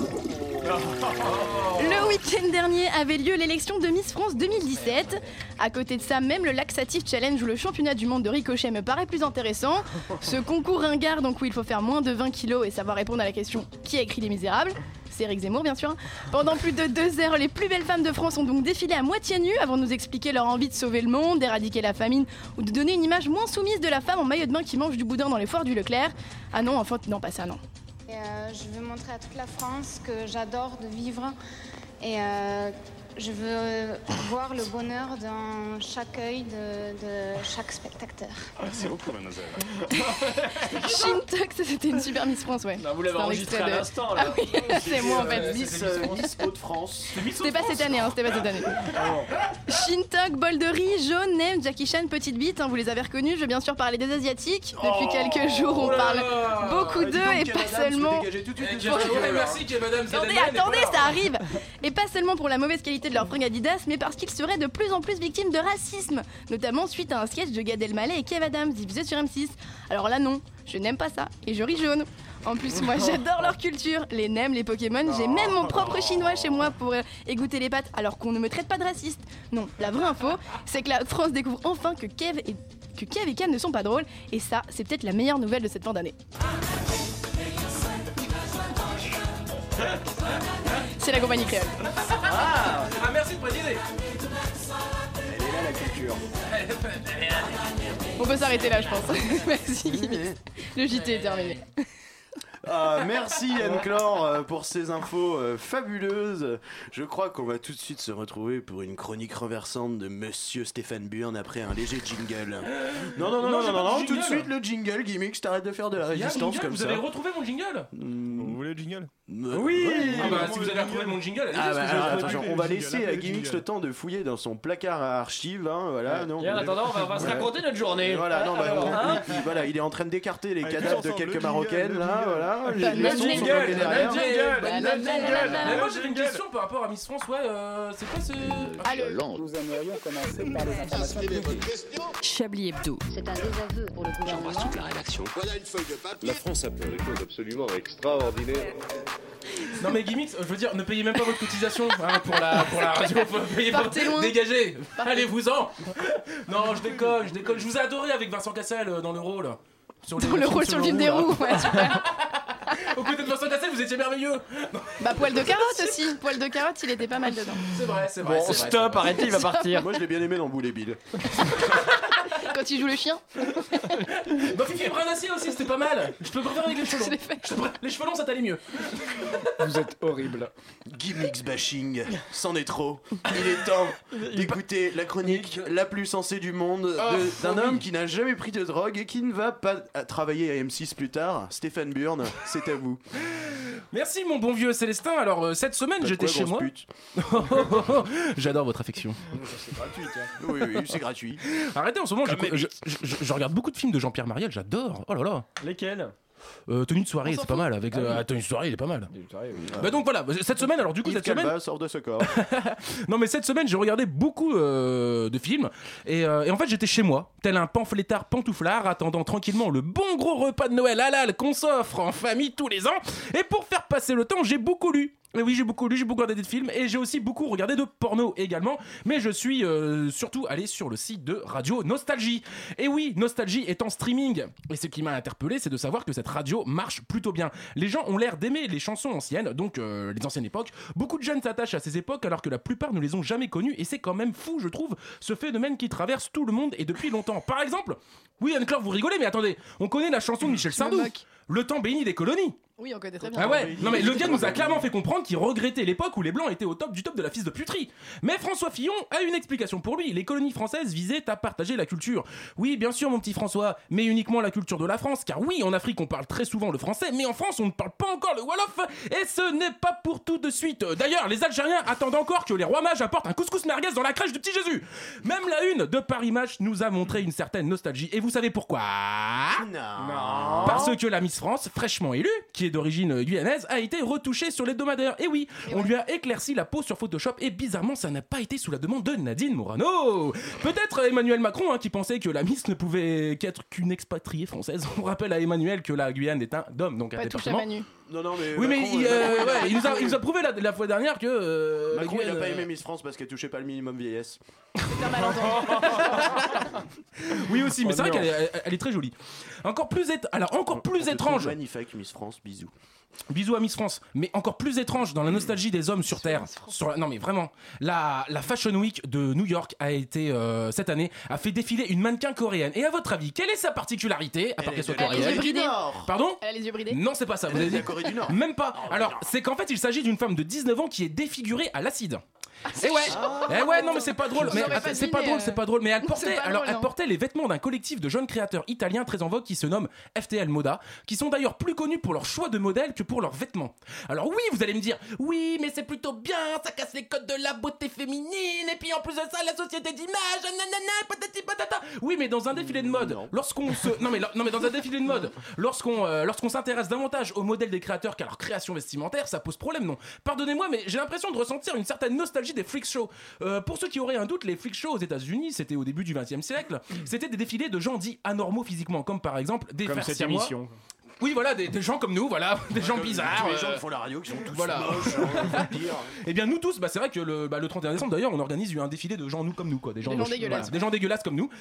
Le week-end dernier avait lieu l'élection de Miss France 2017. À côté de ça, même le Laxative Challenge ou le championnat du monde de ricochet me paraît plus intéressant. Ce concours ringard donc où il faut faire moins de 20 kilos et savoir répondre à la question « Qui a écrit Les Misérables ?», c'est Éric Zemmour bien sûr. Pendant plus de 2 heures, les plus belles femmes de France ont donc défilé à moitié nues avant de nous expliquer leur envie de sauver le monde, d'éradiquer la famine ou de donner une image moins soumise de la femme en maillot de bain qui mange du boudin dans les foires du Leclerc. Ah non, enfin non, pas ça non. Je veux montrer à toute la France que j'adore de vivre et je veux voir le bonheur dans chaque œil de chaque spectateur. Merci beaucoup, mademoiselle. Shintok, c'était une super Miss France, ouais. Non, vous l'avez enregistré à l'instant, là. Ah oui, c'est moi en fait. Miss Hauts-de-France. C'était pas cette année, c'était pas cette année. Shintok, bol de riz, jaune, nem, Jackie Chan, petite bite, vous les avez reconnus. Je vais bien sûr parler des Asiatiques. Depuis quelques jours, on parle beaucoup d'eux et pas seulement. Merci, madame. Attendez, ça arrive. Et pas seulement pour la mauvaise qualité de leur fringue Adidas, mais parce qu'ils seraient de plus en plus victimes de racisme, notamment suite à un sketch de Gad Elmaleh et Kev Adams diffusé sur M6. Alors là non, je n'aime pas ça et je ris jaune. En plus moi j'adore leur culture, les nems, les Pokémon, j'ai même mon propre chinois chez moi pour égoutter les pâtes alors qu'on ne me traite pas de raciste. Non, la vraie info, c'est que la France découvre enfin que Kev et Cam ne sont pas drôles et ça, c'est peut-être la meilleure nouvelle de cette fin d'année. C'est la compagnie créole. Ah, merci de préciser. Elle est là la culture. On peut s'arrêter là je pense. Merci. Le JT est terminé. Merci Anne-Clore pour ces infos fabuleuses. Je crois qu'on va tout de suite se retrouver pour une chronique renversante de Monsieur Stéphane Burn après un léger jingle. Non, tout de suite le jingle, Gimmicks, t'arrêtes de faire de la résistance comme ça. Vous avez retrouvé mon jingle Vous voulez le jingle? Oui. Si vous avez retrouvé mon jingle, allez-y. Attention, on va laisser à Gimmicks le temps de fouiller dans son placard à archives. Voilà, non. Et en attendant, on va se raconter notre journée. Voilà, non, voilà, il est en train de d'écarter les cadavres de quelques marocaines là, voilà. Mais moi j'ai une question par rapport à Miss France, c'est quoi ce... Nous aimerions commencer par les informations publiques. Chablis Hebdo. C'est un désaveu pour le gouvernement. J'embrasse toute la rédaction. Voilà une feuille de papier. La France a fait des choses absolument extraordinaires. Non mais Gimmicks, je veux dire, ne payez même pas votre cotisation pour la radio, payez pas, dégagez, allez-vous-en. Non, je déconne, je vous ai adoré avec Vincent Cassel dans le rôle. Sur le rôle sur le film des roues, ouais, super. Au côté de Vincent Cassel, vous étiez merveilleux. Poil de carotte aussi, poil de carotte, il était pas mal dedans. C'est vrai. Bon, stop, arrêtez, il va partir. Moi je l'ai bien aimé dans Boule et Bill. Quand il joue le chien. Fifi Branassier aussi, c'était pas mal. Je peux préférer avec les cheveux longs. Les cheveux longs, ça t'allait mieux. Vous êtes horrible. Gimmicks bashing, c'en est trop. Il est temps d'écouter la chronique la plus sensée du monde d'un homme qui n'a jamais pris de drogue et qui ne va pas travailler à M6 plus tard. Stéphane Burn, c'est à vous. Merci mon bon vieux Célestin. Alors cette semaine j'étais chez moi. J'adore votre affection. C'est gratuit, tiens. Oui, c'est gratuit. Arrêtez, en ce moment je regarde beaucoup de films de Jean-Pierre Mariel, j'adore. Oh là là. Lesquels? Tenue de soirée, c'est pas mal. Avec Tenue de soirée, il est pas mal. Bah donc voilà, cette semaine, alors du coup, cette semaine. Sort de ce corps. Non, mais cette semaine, j'ai regardé beaucoup de films. Et en fait, j'étais chez moi, tel un pamphlétard pantouflard, attendant tranquillement le bon gros repas de Noël halal qu'on s'offre en famille tous les ans. Et pour faire passer le temps, j'ai beaucoup lu. Et oui, j'ai beaucoup lu, j'ai beaucoup regardé des films et j'ai aussi beaucoup regardé de porno également. Mais je suis surtout allé sur le site de Radio Nostalgie. Et oui, Nostalgie est en streaming. Et ce qui m'a interpellé, c'est de savoir que cette radio marche plutôt bien. Les gens ont l'air d'aimer les chansons anciennes, donc les anciennes époques. Beaucoup de jeunes s'attachent à ces époques alors que la plupart ne les ont jamais connues. Et c'est quand même fou, je trouve, ce phénomène qui traverse tout le monde et depuis longtemps. Par exemple, oui, Anne-Claire, vous rigolez, mais attendez, on connaît la chanson de Michel Sardou, Le temps béni des colonies. Oui, on connaît très bien. Ah ouais, non mais le gars nous a clairement fait comprendre qu'il regrettait l'époque où les blancs étaient au top du top de la fils de puterie. Mais François Fillon a une explication pour lui. Les colonies françaises visaient à partager la culture. Oui, bien sûr, mon petit François, mais uniquement la culture de la France. Car oui, en Afrique, on parle très souvent le français, mais en France, on ne parle pas encore le Wolof. Et ce n'est pas pour tout de suite. D'ailleurs, les Algériens attendent encore que les rois mages apportent un couscous merguez dans la crèche du petit Jésus. Même la une de Paris Match nous a montré une certaine nostalgie. Et vous savez pourquoi ? Non. Parce que la Miss France, fraîchement élue, qui est d'origine guyanaise, a été retouchée sur l'hebdomadaire. Et oui, on lui a éclairci la peau sur Photoshop et bizarrement, ça n'a pas été sous la demande de Nadine Morano. Peut-être Emmanuel Macron, qui pensait que la Miss ne pouvait qu'être qu'une expatriée française. On rappelle à Emmanuel que la Guyane est un dôme, donc un département. Non, mais oui, Macron, mais il nous a prouvé la fois dernière que Macron, il a pas aimé Miss France parce qu'elle touchait pas le minimum vieillesse. C'est un malentendu. Oui aussi, mais c'est vrai qu'elle est très jolie. Encore plus étrange. Magnifique Miss France, bisous. Bisous à Miss France, mais encore plus étrange dans la nostalgie des hommes sur Terre. Non mais vraiment, la Fashion Week de New York a été cette année a fait défiler une mannequin coréenne. Et à votre avis, quelle est sa particularité à part qu'elle soit coréenne? Elle a les yeux bridés. Pardon? Elle a les yeux bridés. Non, c'est pas ça. Vous avez dit la Corée du Nord. Même pas. Alors, c'est qu'en fait, il s'agit d'une femme de 19 ans qui est défigurée à l'acide. Ouais, non mais c'est pas drôle. Mais c'est pas drôle. Mais elle portait les vêtements d'un collectif de jeunes créateurs italiens très en vogue qui se nomme FTL Moda, qui sont d'ailleurs plus connus pour leur choix de modèles que pour leurs vêtements. Alors oui, vous allez me dire, oui, mais c'est plutôt bien, ça casse les codes de la beauté féminine, et puis en plus de ça, la société d'image, nanana, patati patata. Oui, mais dans un défilé de mode, lorsqu'on s'intéresse davantage aux modèles des créateurs qu'à leur création vestimentaire, ça pose problème, non? Pardonnez-moi, mais j'ai l'impression de ressentir une certaine nostalgie des freak shows. Pour ceux qui auraient un doute, les freak shows aux États-Unis, c'était au début du XXe siècle, c'était des défilés de gens dits anormaux physiquement, comme par exemple des frères siamois. Oui, voilà, des gens comme nous, voilà, des gens bizarres. Les gens qui font la radio, qui sont tous voilà. moches, on va dire. Eh bien, nous tous, c'est vrai que le 31 décembre, d'ailleurs, on organise un défilé de gens nous comme nous, quoi. Des gens dégueulasses. Voilà, des gens dégueulasses comme nous.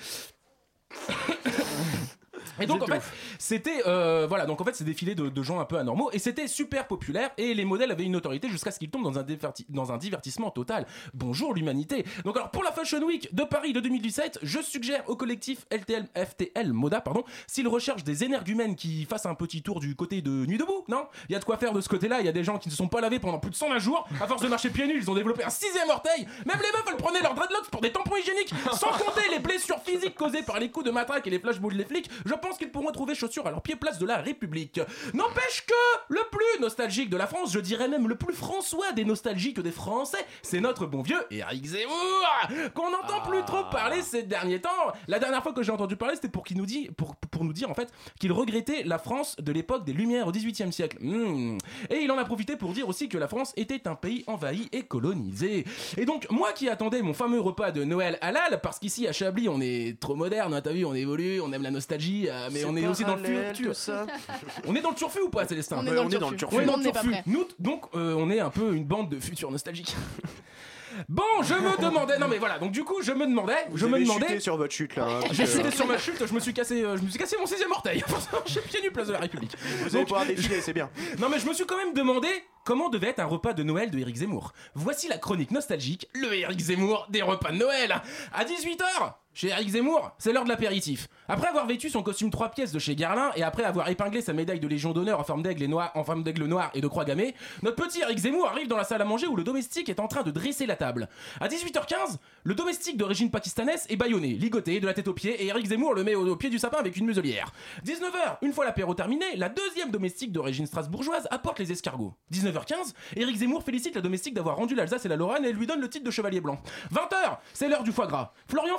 Et donc en fait, c'était donc en fait, c'est défilé de gens un peu anormaux et c'était super populaire et les modèles avaient une notoriété jusqu'à ce qu'ils tombent dans un divertissement total. Bonjour l'humanité. Donc alors pour la Fashion Week de Paris de 2017, je suggère au collectif FTL Moda, s'ils recherchent des énergumènes qui fassent un petit tour du côté de Nuit debout, non? Il y a de quoi faire de ce côté-là. Il y a des gens qui ne se sont pas lavés pendant plus de 120 jours. À force de marcher pieds nus, ils ont développé un 6e orteil. Même les meufs, elles prenaient leurs dreadlocks pour des tampons hygiéniques. Sans compter les blessures physiques causées par les coups de matraque et les flashballs des flics. Je pense qu'ils pourront trouver chaussures à leur pied place de la République. N'empêche que le plus nostalgique de la France, je dirais même le plus François des nostalgiques des Français, c'est notre bon vieux Éric Zemmour, qu'on n'entend plus trop parler ces derniers temps. La dernière fois que j'ai entendu parler, c'était pour nous dire en fait qu'il regrettait la France de l'époque des Lumières au XVIIIe siècle. Et il en a profité pour dire aussi que la France était un pays envahi et colonisé. Et donc moi qui attendais mon fameux repas de Noël halal, parce qu'ici à Chablis on est trop moderne, t'as vu, on évolue, on aime la nostalgie, mais on est aussi dans le turfu. On est dans le turfu ou pas, Célestin? On est dans le turfu. Nous, donc, on est un peu une bande de futurs nostalgiques. Bon, je me demandais. Non mais voilà, donc du coup, je me demandais. Chuté sur votre chute là. J'ai chuté sur ma chute. Je me suis cassé mon 6e orteil. J'ai pieds nus place de la République. Vous allez pouvoir défiler, c'est bien. Non mais je me suis quand même demandé comment devait être un repas de Noël de Éric Zemmour. Voici la chronique nostalgique, le Éric Zemmour des repas de Noël. À 18h. Chez Éric Zemmour, c'est l'heure de l'apéritif. Après avoir vêtu son costume 3 pièces de chez Guerlain et après avoir épinglé sa médaille de Légion d'honneur en forme d'aigle noir et de croix gammée, notre petit Éric Zemmour arrive dans la salle à manger où le domestique est en train de dresser la table. À 18h15, le domestique d'origine pakistanaise est bâillonné, ligoté de la tête aux pieds et Éric Zemmour le met au pied du sapin avec une muselière. 19h, une fois l'apéro terminé, la deuxième domestique d'origine strasbourgeoise apporte les escargots. 19h15, Éric Zemmour félicite la domestique d'avoir rendu l'Alsace et la Lorraine et lui donne le titre de chevalier blanc. 20h, c'est l'heure du foie gras. Florian Philippos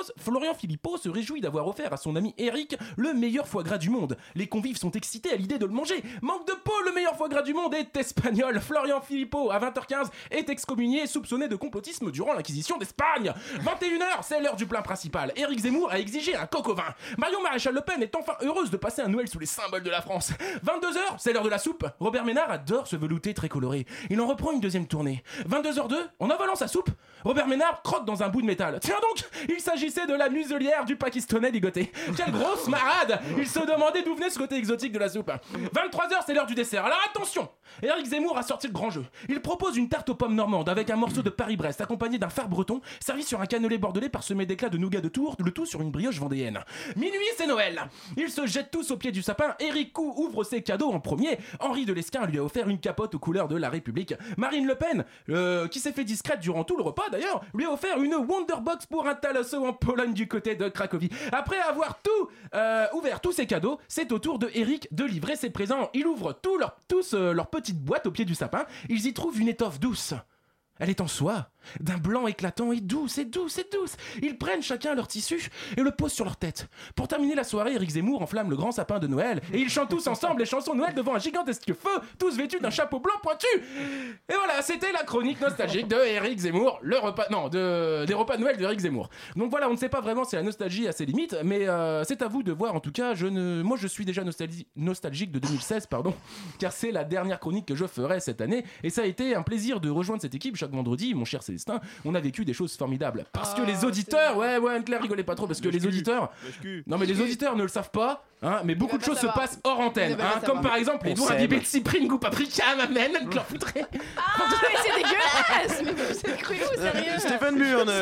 noces, Florian Philippot se réjouit d'avoir offert à son ami Eric le meilleur foie gras du monde. Les convives sont excités à l'idée de le manger. Manque de peau, le meilleur foie gras du monde est espagnol. Florian Philippot, à 20h15, est excommunié, soupçonné de complotisme durant l'Inquisition d'Espagne. 21h, c'est l'heure du plat principal. Éric Zemmour a exigé un coq au vin. Marion Maréchal Le Pen est enfin heureuse de passer un Noël sous les symboles de la France. 22h, c'est l'heure de la soupe. Robert Ménard adore ce velouté très coloré. Il en reprend une deuxième tournée. 22h02, en avalant sa soupe, Robert Ménard croque dans un bout de métal. Tiens donc, il s'agissait de la muselière du Pakistanais ligoté. Quelle grosse marade! Il se demandait d'où venait ce côté exotique de la soupe. 23h, c'est l'heure du dessert. Alors attention, Éric Zemmour a sorti le grand jeu. Il propose une tarte aux pommes normande avec un morceau de Paris-Brest accompagné d'un phare breton servi sur un cannelé bordelais parsemé d'éclats de nougat de Tours, le tout sur une brioche vendéenne. Minuit, c'est Noël. Ils se jettent tous au pied du sapin. Éric Cou ouvre ses cadeaux en premier. Henri de Lesquen lui a offert une capote aux couleurs de la République. Marine Le Pen, qui s'est fait discrète durant tout le repas d'ailleurs, lui a offert une Wonderbox pour un Thalasso en Pologne du côté de Cracovie. Après avoir ouvert tous ses cadeaux, c'est au tour de Éric de livrer ses présents. Il ouvre tous leur petite boîte au pied du sapin. Ils y trouvent une étoffe douce. Elle est en soie, d'un blanc éclatant et douce. Ils prennent chacun leur tissu et le posent sur leur tête. Pour terminer la soirée, Éric Zemmour enflamme le grand sapin de Noël et ils chantent tous ensemble les chansons de Noël devant un gigantesque feu, tous vêtus d'un chapeau blanc pointu. Et voilà, c'était la chronique nostalgique de Éric Zemmour, des repas de Noël de Éric Zemmour. Donc voilà, on ne sait pas vraiment si la nostalgie a ses limites, mais c'est à vous de voir. En tout cas, moi je suis déjà nostalgique de 2016, car c'est la dernière chronique que je ferai cette année et ça a été un plaisir de rejoindre cette équipe chaque vendredi, mon cher Célestin. On a vécu des choses formidables parce que les auditeurs, Claire rigolez pas trop parce que les auditeurs, non mais les auditeurs ne le savent pas, hein, mais beaucoup de choses se passent hors antenne, hein, comme par exemple les doigts imbibés de cyprine goût paprika, ma mère, je leur foutrais. Ah mais c'est dégueulasse, mais vous êtes cru ou sérieux? Stéphane Burn,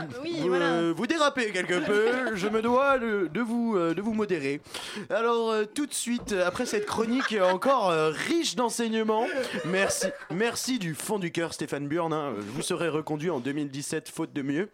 vous dérapez quelque peu, je me dois de vous modérer. Alors tout de suite, après cette chronique encore riche d'enseignements, merci du fond du cœur Stéphane Burn, hein, vous serez reconduit en 2017 faute de mieux.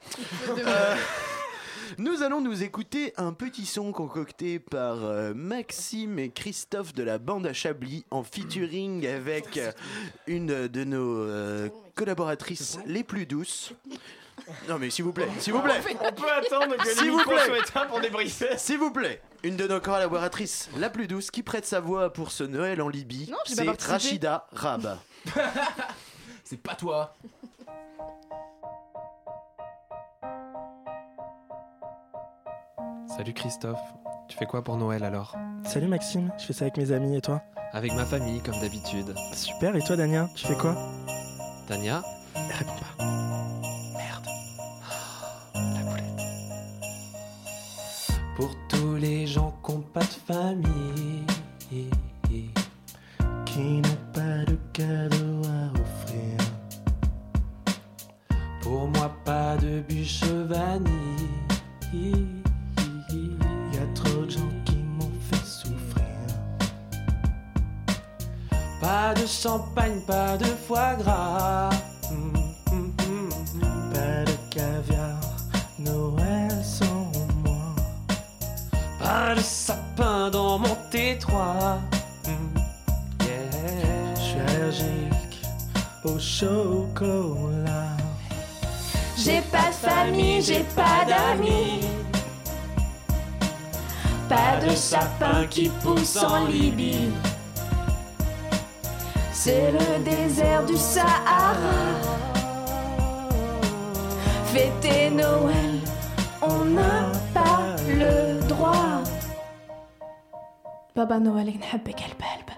Nous allons nous écouter un petit son concocté par Maxime et Christophe de la bande à Chablis en featuring avec une de nos collaboratrices les plus douces. Non mais s'il vous plaît. On peut attendre que les micros soient éteints pour débriefer. S'il vous plaît. Une de nos collaboratrices la plus douce qui prête sa voix pour ce Noël en Libye, c'est Rachida Rab. C'est pas toi. Salut Christophe, tu fais quoi pour Noël alors? Salut Maxime, je fais ça avec mes amis et toi? Avec ma famille comme d'habitude. Super, et toi Dania, tu fais quoi? Dania? Elle répond pas. Merde. La boulette. Pour tous les gens qui n'ont pas de famille, qui n'ont pas de cadeau à offrir. Pour moi pas de bûche vanille. Y a trop de gens qui m'ont fait souffrir. Pas de champagne, pas de foie gras. Pas de caviar, Noël sans moi. Pas de sapin dans mon T3. Je suis allergique au chocolat. J'ai pas de famille, j'ai pas d'amis. Pas de sapin qui pousse en Libye. C'est le désert du Sahara. Fêter Noël, on n'a pas le droit. بابا نوالك نحبك هالبالبة.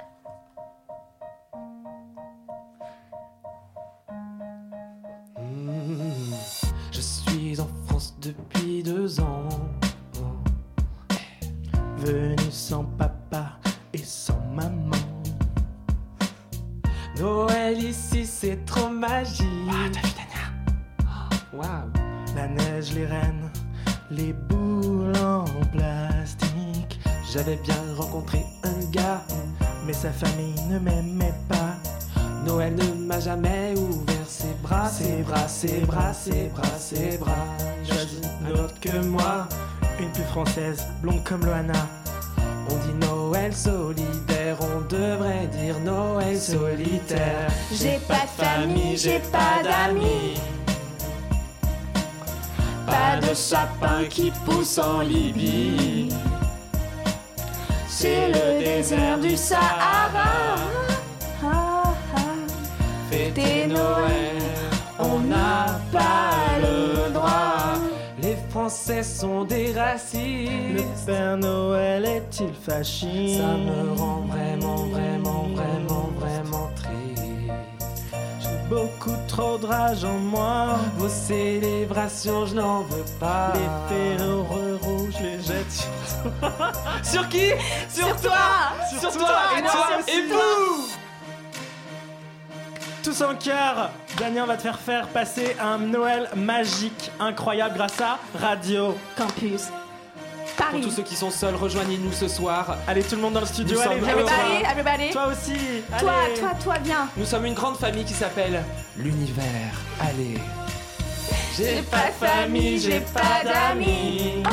Je suis en France depuis 2 ans. Venu sans papa et sans maman. Noël ici c'est trop magique. Wow, t'as vu Tania? Wow. La neige, les rennes, les boules en plastique. J'avais bien rencontré un gars, mais sa famille ne m'aimait pas. Noël ne m'a jamais ouvert ses bras, ses bras, ses bras, ses bras, ses bras. Choisis un autre que moi, une plus française, blonde comme Loana. On dit Noël solidaire, on devrait dire Noël solitaire. J'ai pas de famille, j'ai pas d'amis. Pas de sapin qui pousse en Libye. C'est le désert du Sahara. Fêter Noël, on n'a pas le droit. Les Français sont des racistes. Le Père Noël est-il fasciste? Ça me rend vraiment triste. J'ai beaucoup trop de rage en moi. Vos célébrations, je n'en veux pas. Les ferreux rouges, les jette sur qui? Sur toi. Sur toi et toi et vous. Tous en cœur, Damien va te faire passer un Noël magique, incroyable grâce à Radio Campus Paris. Pour tous ceux qui sont seuls, rejoignez-nous ce soir. Allez, tout le monde dans le studio, allez, everybody. Toi aussi. Toi, viens. Nous sommes une grande famille qui s'appelle l'univers. Allez. J'ai pas de famille, j'ai pas d'amis.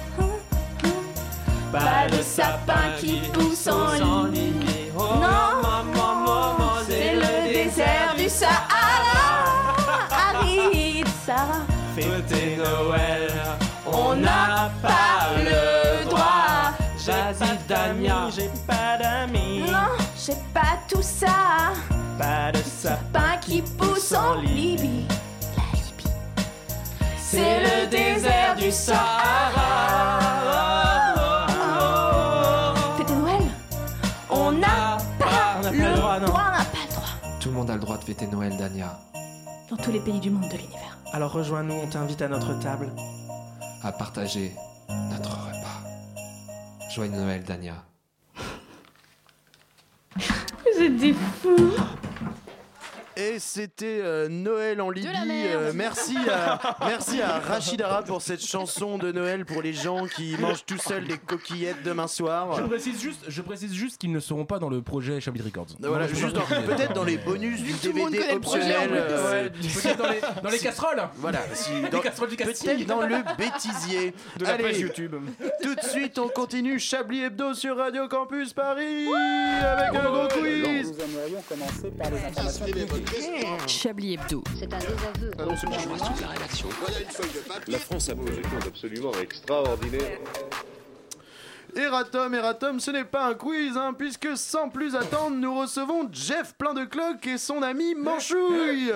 Pas de sapin qui pousse en Libye. Oh, Non, c'est le désert du Sahara. Aride, Sarah. Fêter Noël, on n'a pas le droit. Vas-y Damien. J'ai pas d'amis. Non, j'ai pas tout ça. Pas de sapin qui pousse en Libye. La Libye. C'est le désert du Sahara. Fêter Noël, on n'a pas le droit. On n'a pas le droit. Tout le monde a le droit de fêter Noël, Dania. Dans tous les pays du monde de l'univers. Alors rejoins-nous, on t'invite à notre table. À partager notre repas. Joyeux Noël, Dania. Vous êtes des fous. Et c'était Noël en Libye. Merci à Rachid Ara pour cette chanson de Noël pour les gens qui mangent tout seuls des coquillettes demain soir. Je précise juste qu'ils ne seront pas dans le projet Chablis Records. Voilà, peut-être dans les bonus du DVD optionnel. Peut-être dans les casseroles. Voilà, les casseroles du casting. Peut-être dans le bêtisier de la page YouTube. Tout de suite, on continue Chablis Hebdo sur Radio Campus Paris avec un gros quiz. Nous aimerions commencer par les informations publiques. Chablis Hebdo. C'est un désaveu. Ah non, c'est pas toute la rédaction. Voilà une feuille de papier. La France a fait des choses absolument extraordinaires. Eratom, ce n'est pas un quiz, hein, puisque sans plus attendre, nous recevons Jeff plein de cloques et son ami Manchouille.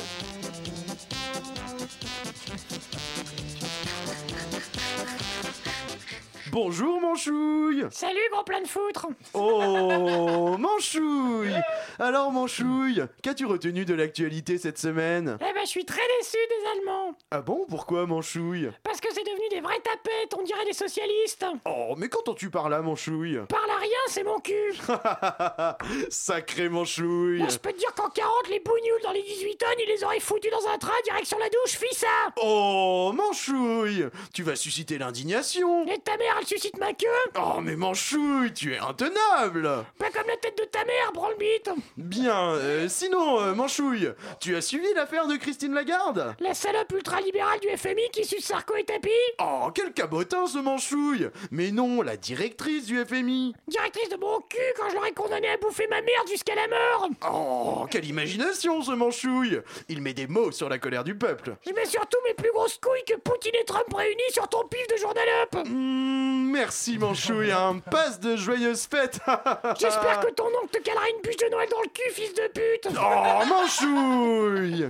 Bonjour Manchouille. Salut gros plein de foutre. Oh Manchouille. Alors Manchouille, qu'as-tu retenu de l'actualité cette semaine? Eh ben je suis très déçu des Allemands. Ah bon, pourquoi Manchouille? Parce que c'est devenu des vrais tapettes, on dirait des socialistes. Oh mais qu'entends-tu par là Manchouille? Par là rien, c'est mon cul. Sacré Manchouille. Là, je peux te dire qu'en 40, les bougnoules dans les 18 tonnes, ils les auraient foutus dans un train direction la douche, fis ça. Oh Manchouille, tu vas susciter l'indignation. Et ta mère, elle suscite ma queue. Oh mais Manchouille, tu es intenable. Pas comme la tête de ta mère, branle-bite. Bien, sinon Manchouille, tu as suivi l'affaire de Christine Lagarde? La salope ultra-libérale du FMI qui suce Sarko et Tapi. Oh, quel cabotin ce Manchouille. Mais non, la directrice du FMI. Directrice de mon cul quand je l'aurais condamné à bouffer ma merde jusqu'à la mort. Oh, quelle imagination ce Manchouille. Il met des mots sur la colère du peuple. Je mets surtout mes plus grosses couilles que Poutine et Trump réunis sur ton pif de journal up. Merci Manchouille, un passe de joyeuses fêtes. J'espère que ton oncle te calera une bûche de Noël dans le cul, fils de pute. Oh Manchouille.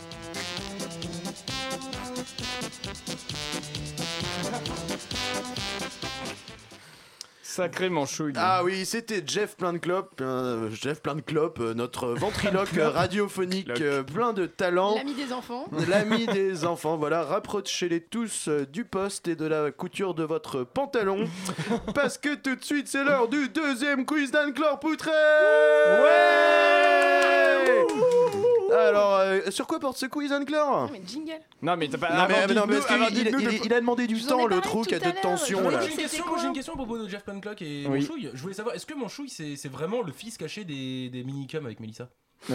Sacré Manchouille. Ah oui, c'était Jeff plein de clopes, notre ventriloque radiophonique plein de talent. L'ami des enfants. L'ami des enfants, voilà, rapprochez-les tous du poste et de la couture de votre pantalon. Parce que tout de suite, c'est l'heure du deuxième quiz d'Anne-Claire Poutré. Ouais. Alors, sur quoi porte ce quiz, Anne-Claire? Non mais jingle. Non mais t'as pas. Non, mais parce qu'il a demandé du temps, le trou qui a de tension là. J'ai une question à propos de Jeff Panclock et Manchouille. Je voulais savoir, est-ce que Manchouille c'est vraiment le fils caché des minicums avec Mélissa?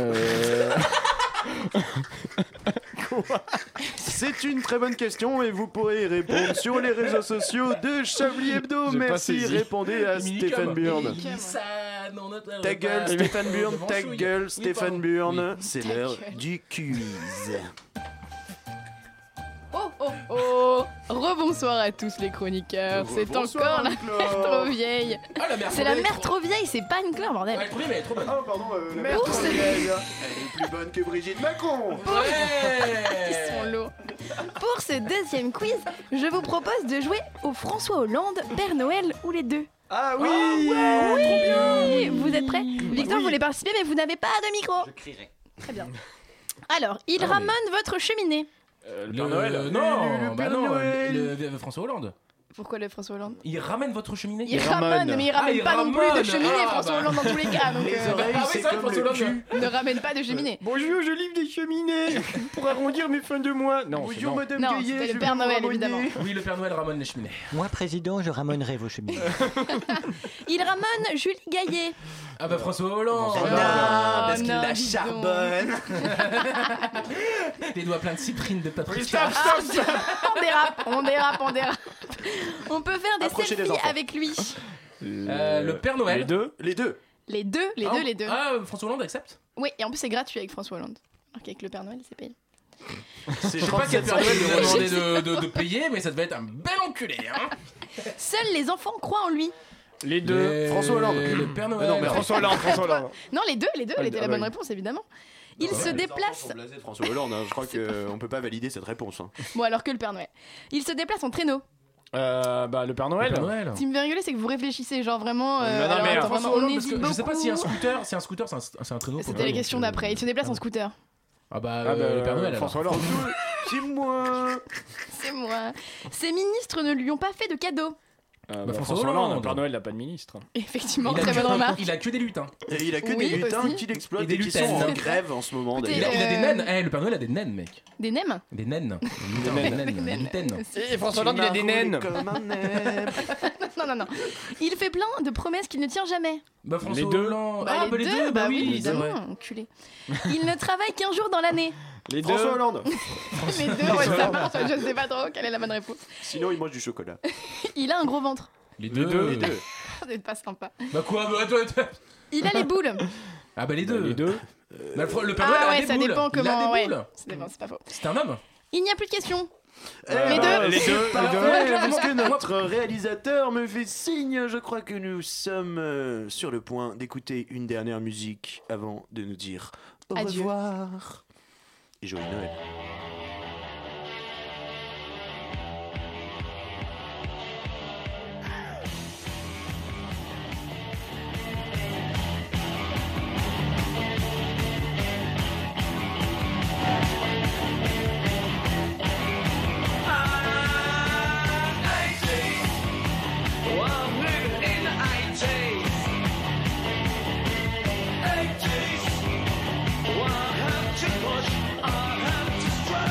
C'est une très bonne question et vous pourrez y répondre sur les réseaux sociaux de Chablis Hebdo. Merci, répondez à Stéphane Burn. Ta gueule Stéphane Burn, ta gueule Stéphane Burn. C'est l'heure du quiz. Oh oh oh. Rebonsoir à tous les chroniqueurs, c'est encore la mère trop vieille. C'est la mère trop vieille, c'est pas une Claire, bordel. Elle est trop vieille, mais elle est trop bonne. Oh pardon, la mère trop vieille. Elle est plus bonne que Brigitte Macron. Ils sont lourds. Pour ce deuxième quiz, je vous propose de jouer au François Hollande, Père Noël ou les deux. Ah oui, oui. Vous êtes prêts? Victor voulait participer mais vous n'avez pas de micro. Je crierai. Très bien. Alors, il ramène votre cheminée. Le Père Noël. Non, bah non, le François Hollande. Pourquoi le François Hollande? Il ramène votre cheminée? Il ramène, mais il ramène pas non plus de cheminée, François Hollande, dans tous les cas. Donc, les oreilles, c'est comme le cul. Ne ramène pas de cheminée. Bonjour, je livre des cheminées pour arrondir mes fins de mois. Non, bonjour madame non, Gaillet, c'était le Père Noël, évidemment. Oui, le Père Noël ramène les cheminées. Moi, président, je ramènerai vos cheminées. Il ramène Julie Gaillet. Ah bah François Hollande. Non, parce qu'il non, la dis charbonne. Les doigts pleins de cyprine de paprika. On dérape. On peut faire des Approchez des selfies enfants. avec lui. Le Père Noël. Les deux. Les deux. Ah, François Hollande accepte? Oui, et en plus c'est gratuit avec François Hollande. Alors qu'avec le Père Noël, c'est payé. Je sais pas quel Père Noël lui a demandé de payer, mais ça devait être un bel enculé. Hein. Seuls les enfants croient en lui. Les deux. François Hollande. Le Père Noël. Non, mais François Hollande. Non, les deux, elle était la bonne réponse, évidemment. Il se déplace. Sont blasés de François Hollande, hein. Je crois qu'on peut pas valider cette réponse. Hein. Bon, alors que le Père Noël. Il se déplace en traîneau. Bah, le Père Noël. Ce qui me fait rigoler, c'est que vous réfléchissez, genre vraiment. non, alors, mais attends, François vraiment, on Hollande, hésite parce que beaucoup. je sais pas si un scooter, c'est un traîneau. C'était la question d'après. Il se déplace en scooter. Ah bah, le Père Noël. François Hollande. C'est moi. C'est moi. Ses ministres ne lui ont pas fait de cadeaux. François Hollande. Le Père Noël n'a pas de ministre. Effectivement, très bonne remarque. Il a que des lutins. Et il a que Oui, des lutins aussi. qui l'exploitent Et des et qui sont lutaines. en grève en ce moment. Écoutez, d'ailleurs. Il a des naines. Le Père Noël a des naines, mec. Des nems. Des naines. Des naines. Et François Hollande, il a des naines. Comme un naine. Non. Il fait plein de promesses qu'il ne tient jamais. Bah François Les deux. Hollande. Bah, les deux, bah oui, oui, c'est vrai. évidemment, enculé. Il ne travaille qu'un jour dans l'année. Les deux. François Hollande. Les deux, ouais, ça marche, je sais pas trop quelle est la bonne réponse. Sinon, il mange du chocolat. Il a un gros ventre. Les deux. C'est pas sympa. Bah quoi? Il a les boules. Ah bah les deux. Les deux. Bah, le Père Noël Ah a ouais, des ça boules. dépend Il a comment. des Ouais, boules. ça dépend, c'est pas faux. C'est un homme. Il n'y a plus de questions. Les deux. Les deux. Parce que notre réalisateur me fait signe, je crois que nous sommes sur le point d'écouter une dernière musique avant de nous dire au Adieu. revoir. Et joyeux Noël. Push, I have to strike.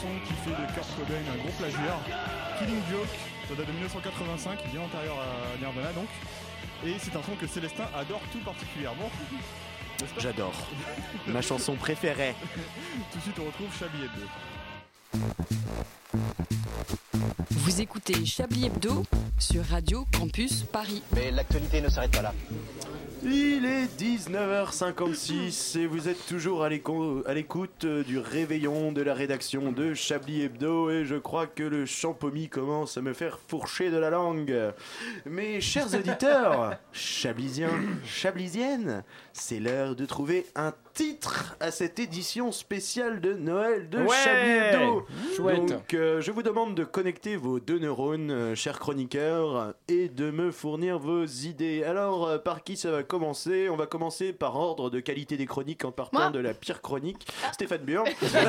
chanson qui fait de Kurt Cobain un gros plagiat. Killing Joke, ça date de 1985, bien antérieur à Nirvana donc. Et c'est un son que Célestin adore tout particulièrement. J'adore. Ma chanson préférée. Tout de suite on retrouve Chablis Hebdo. Vous écoutez Chablis Hebdo sur Radio Campus Paris. Mais l'actualité ne s'arrête pas là. Il est 19h56 et vous êtes toujours à l'écoute du réveillon de la rédaction de Chablis Hebdo et je crois que le champomis commence à me faire fourcher de la langue. Mes chers auditeurs, chablisiens, chablisiennes, c'est l'heure de trouver un titre à cette édition spéciale de Noël de Chablis Hebdo. Chouette. Donc je vous demande de connecter vos deux neurones, chers chroniqueurs, et de me fournir vos idées. Alors par qui ça va commencer? On va commencer par ordre de qualité des chroniques en partant de la pire chronique. Stéphane Burn.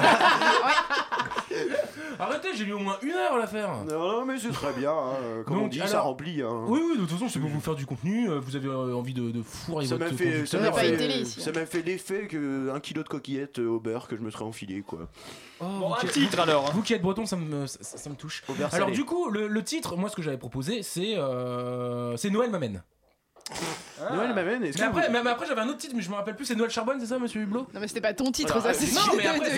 Arrêtez, j'ai mis au moins 1 heure à la faire. Non mais c'est très bien, hein. Comme donc, on dit, alors, ça remplit. Hein. Oui, de toute façon, c'est pour vous faire du contenu. Vous avez envie de fourrer ça votre m'a conducteur. ça m'a fait l'effet que 1 kilo de coquillettes au beurre que je me serais enfilé quoi. Oh, bon, un titre alors. Vous qui êtes breton, ça me touche. Alors du coup, le titre, moi ce que j'avais proposé, c'est Noël m'amène. Noël m'amène. Mais après j'avais un autre titre, mais je me rappelle plus. C'est Noël Charbonne, c'est ça, Monsieur Hublot? Non mais c'était pas ton titre, alors, ça c'est non, mais après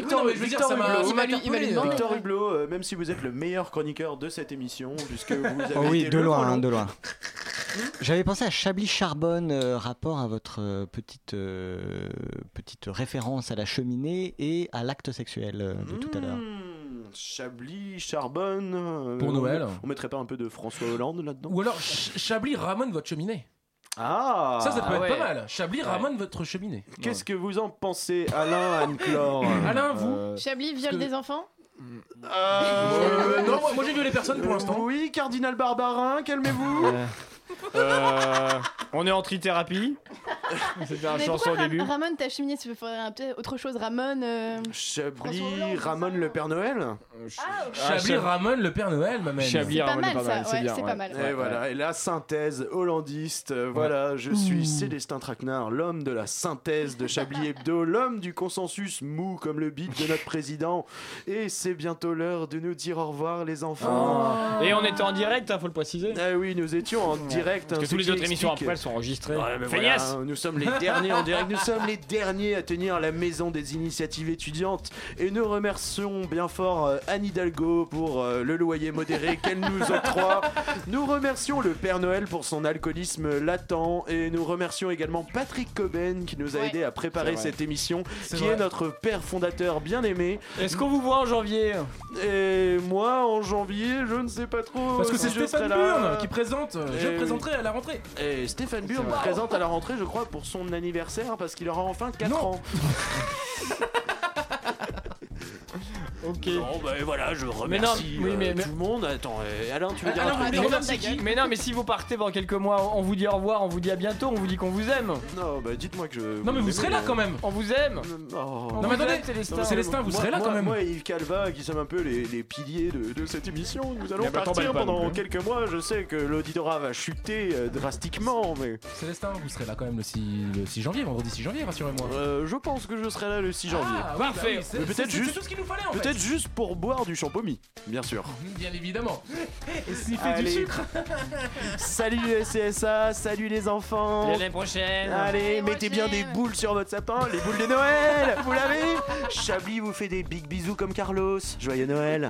Victor Hublot, même si vous êtes le meilleur chroniqueur de cette émission, puisque vous avez été de loin. J'avais pensé à Chablis Charbonne, rapport à votre petite référence à la cheminée et à l'acte sexuel de tout à l'heure. Chablis Charbonne. Pour Noël. On mettrait pas un peu de François Hollande là-dedans? Ou alors Chablis ramène votre cheminée. Ah, ça peut être pas mal. Chablis ramène votre cheminée. Qu'est-ce que vous en pensez, Alain, Anne-Claire? Alain, vous Chablis viole des enfants? Non, moi j'ai violé personne pour l'instant. Oui, Cardinal Barbarin, calmez-vous. On est en trithérapie. C'était un chanson au début. Ramon, ta cheminée, tu veux faire autre chose? Ramon. Chablis, Ramon le Père Noël. Chablis ramène le Père Noël, ma mère. Chablis ramène le Père Noël, c'est bien. C'est pas mal. Et voilà, et la synthèse hollandiste. Voilà, je suis Célestin Traquenard, l'homme de la synthèse de Chablis Hebdo, l'homme du consensus mou comme le beat de notre président. Et c'est bientôt l'heure de nous dire au revoir, les enfants. Et on était en direct, faut le préciser. Ah oui, nous étions en direct. Parce que toutes les autres émissions après elles sont enregistrées. Voilà, nous sommes les derniers en direct, nous sommes les derniers à tenir la maison des initiatives étudiantes et nous remercions bien fort Anne Hidalgo pour le loyer modéré qu'elle nous octroie. Nous remercions le Père Noël pour son alcoolisme latent et nous remercions également Patrick Cobain qui nous a aidé à préparer cette émission, est notre père fondateur bien aimé. Est-ce qu'on vous voit en janvier? Et moi en janvier, je ne sais pas trop. Parce que c'est Stéphane Burn qui présente. Je présenterai à la rentrée. Et Stéphane Burn présente à la rentrée, je crois, pour son anniversaire parce qu'il aura enfin 4 ans. Ok. Bon, bah voilà, je remercie tout le monde. Attends, Alain, tu veux dire un truc? Mais non, mais si vous partez dans quelques mois, on vous dit au revoir, on vous dit à bientôt, on vous dit qu'on vous aime. Non, bah dites-moi que je. Non, mais vous serez là quand même. On vous aime. Non, mais attendez, Célestin, vous serez là quand même. Moi et Yves Calva, qui sommes un peu les piliers de cette émission, nous allons partir pendant quelques mois. Je sais que l'auditorat va chuter drastiquement, mais. Célestin, vous serez là quand même le 6 janvier, vendredi 6 janvier, rassurez-moi. Je pense que je serai là le 6 janvier. Parfait. Peut-être juste. C'est tout ce qu'il nous fallait en fait. Peut-être juste pour boire du champomis, bien sûr. Bien évidemment. Et sniffer du sucre. Salut le CSA, salut les enfants. L'année prochaine. Allez, mettez bien des boules sur votre sapin, les boules de Noël. Vous l'avez? Chablis vous fait des big bisous comme Carlos. Joyeux Noël.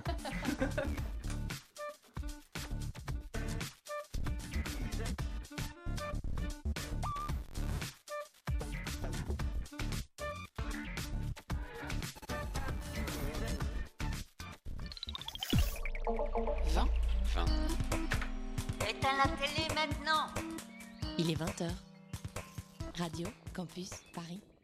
Éteins la télé maintenant. Il est 20h. Radio Campus Paris.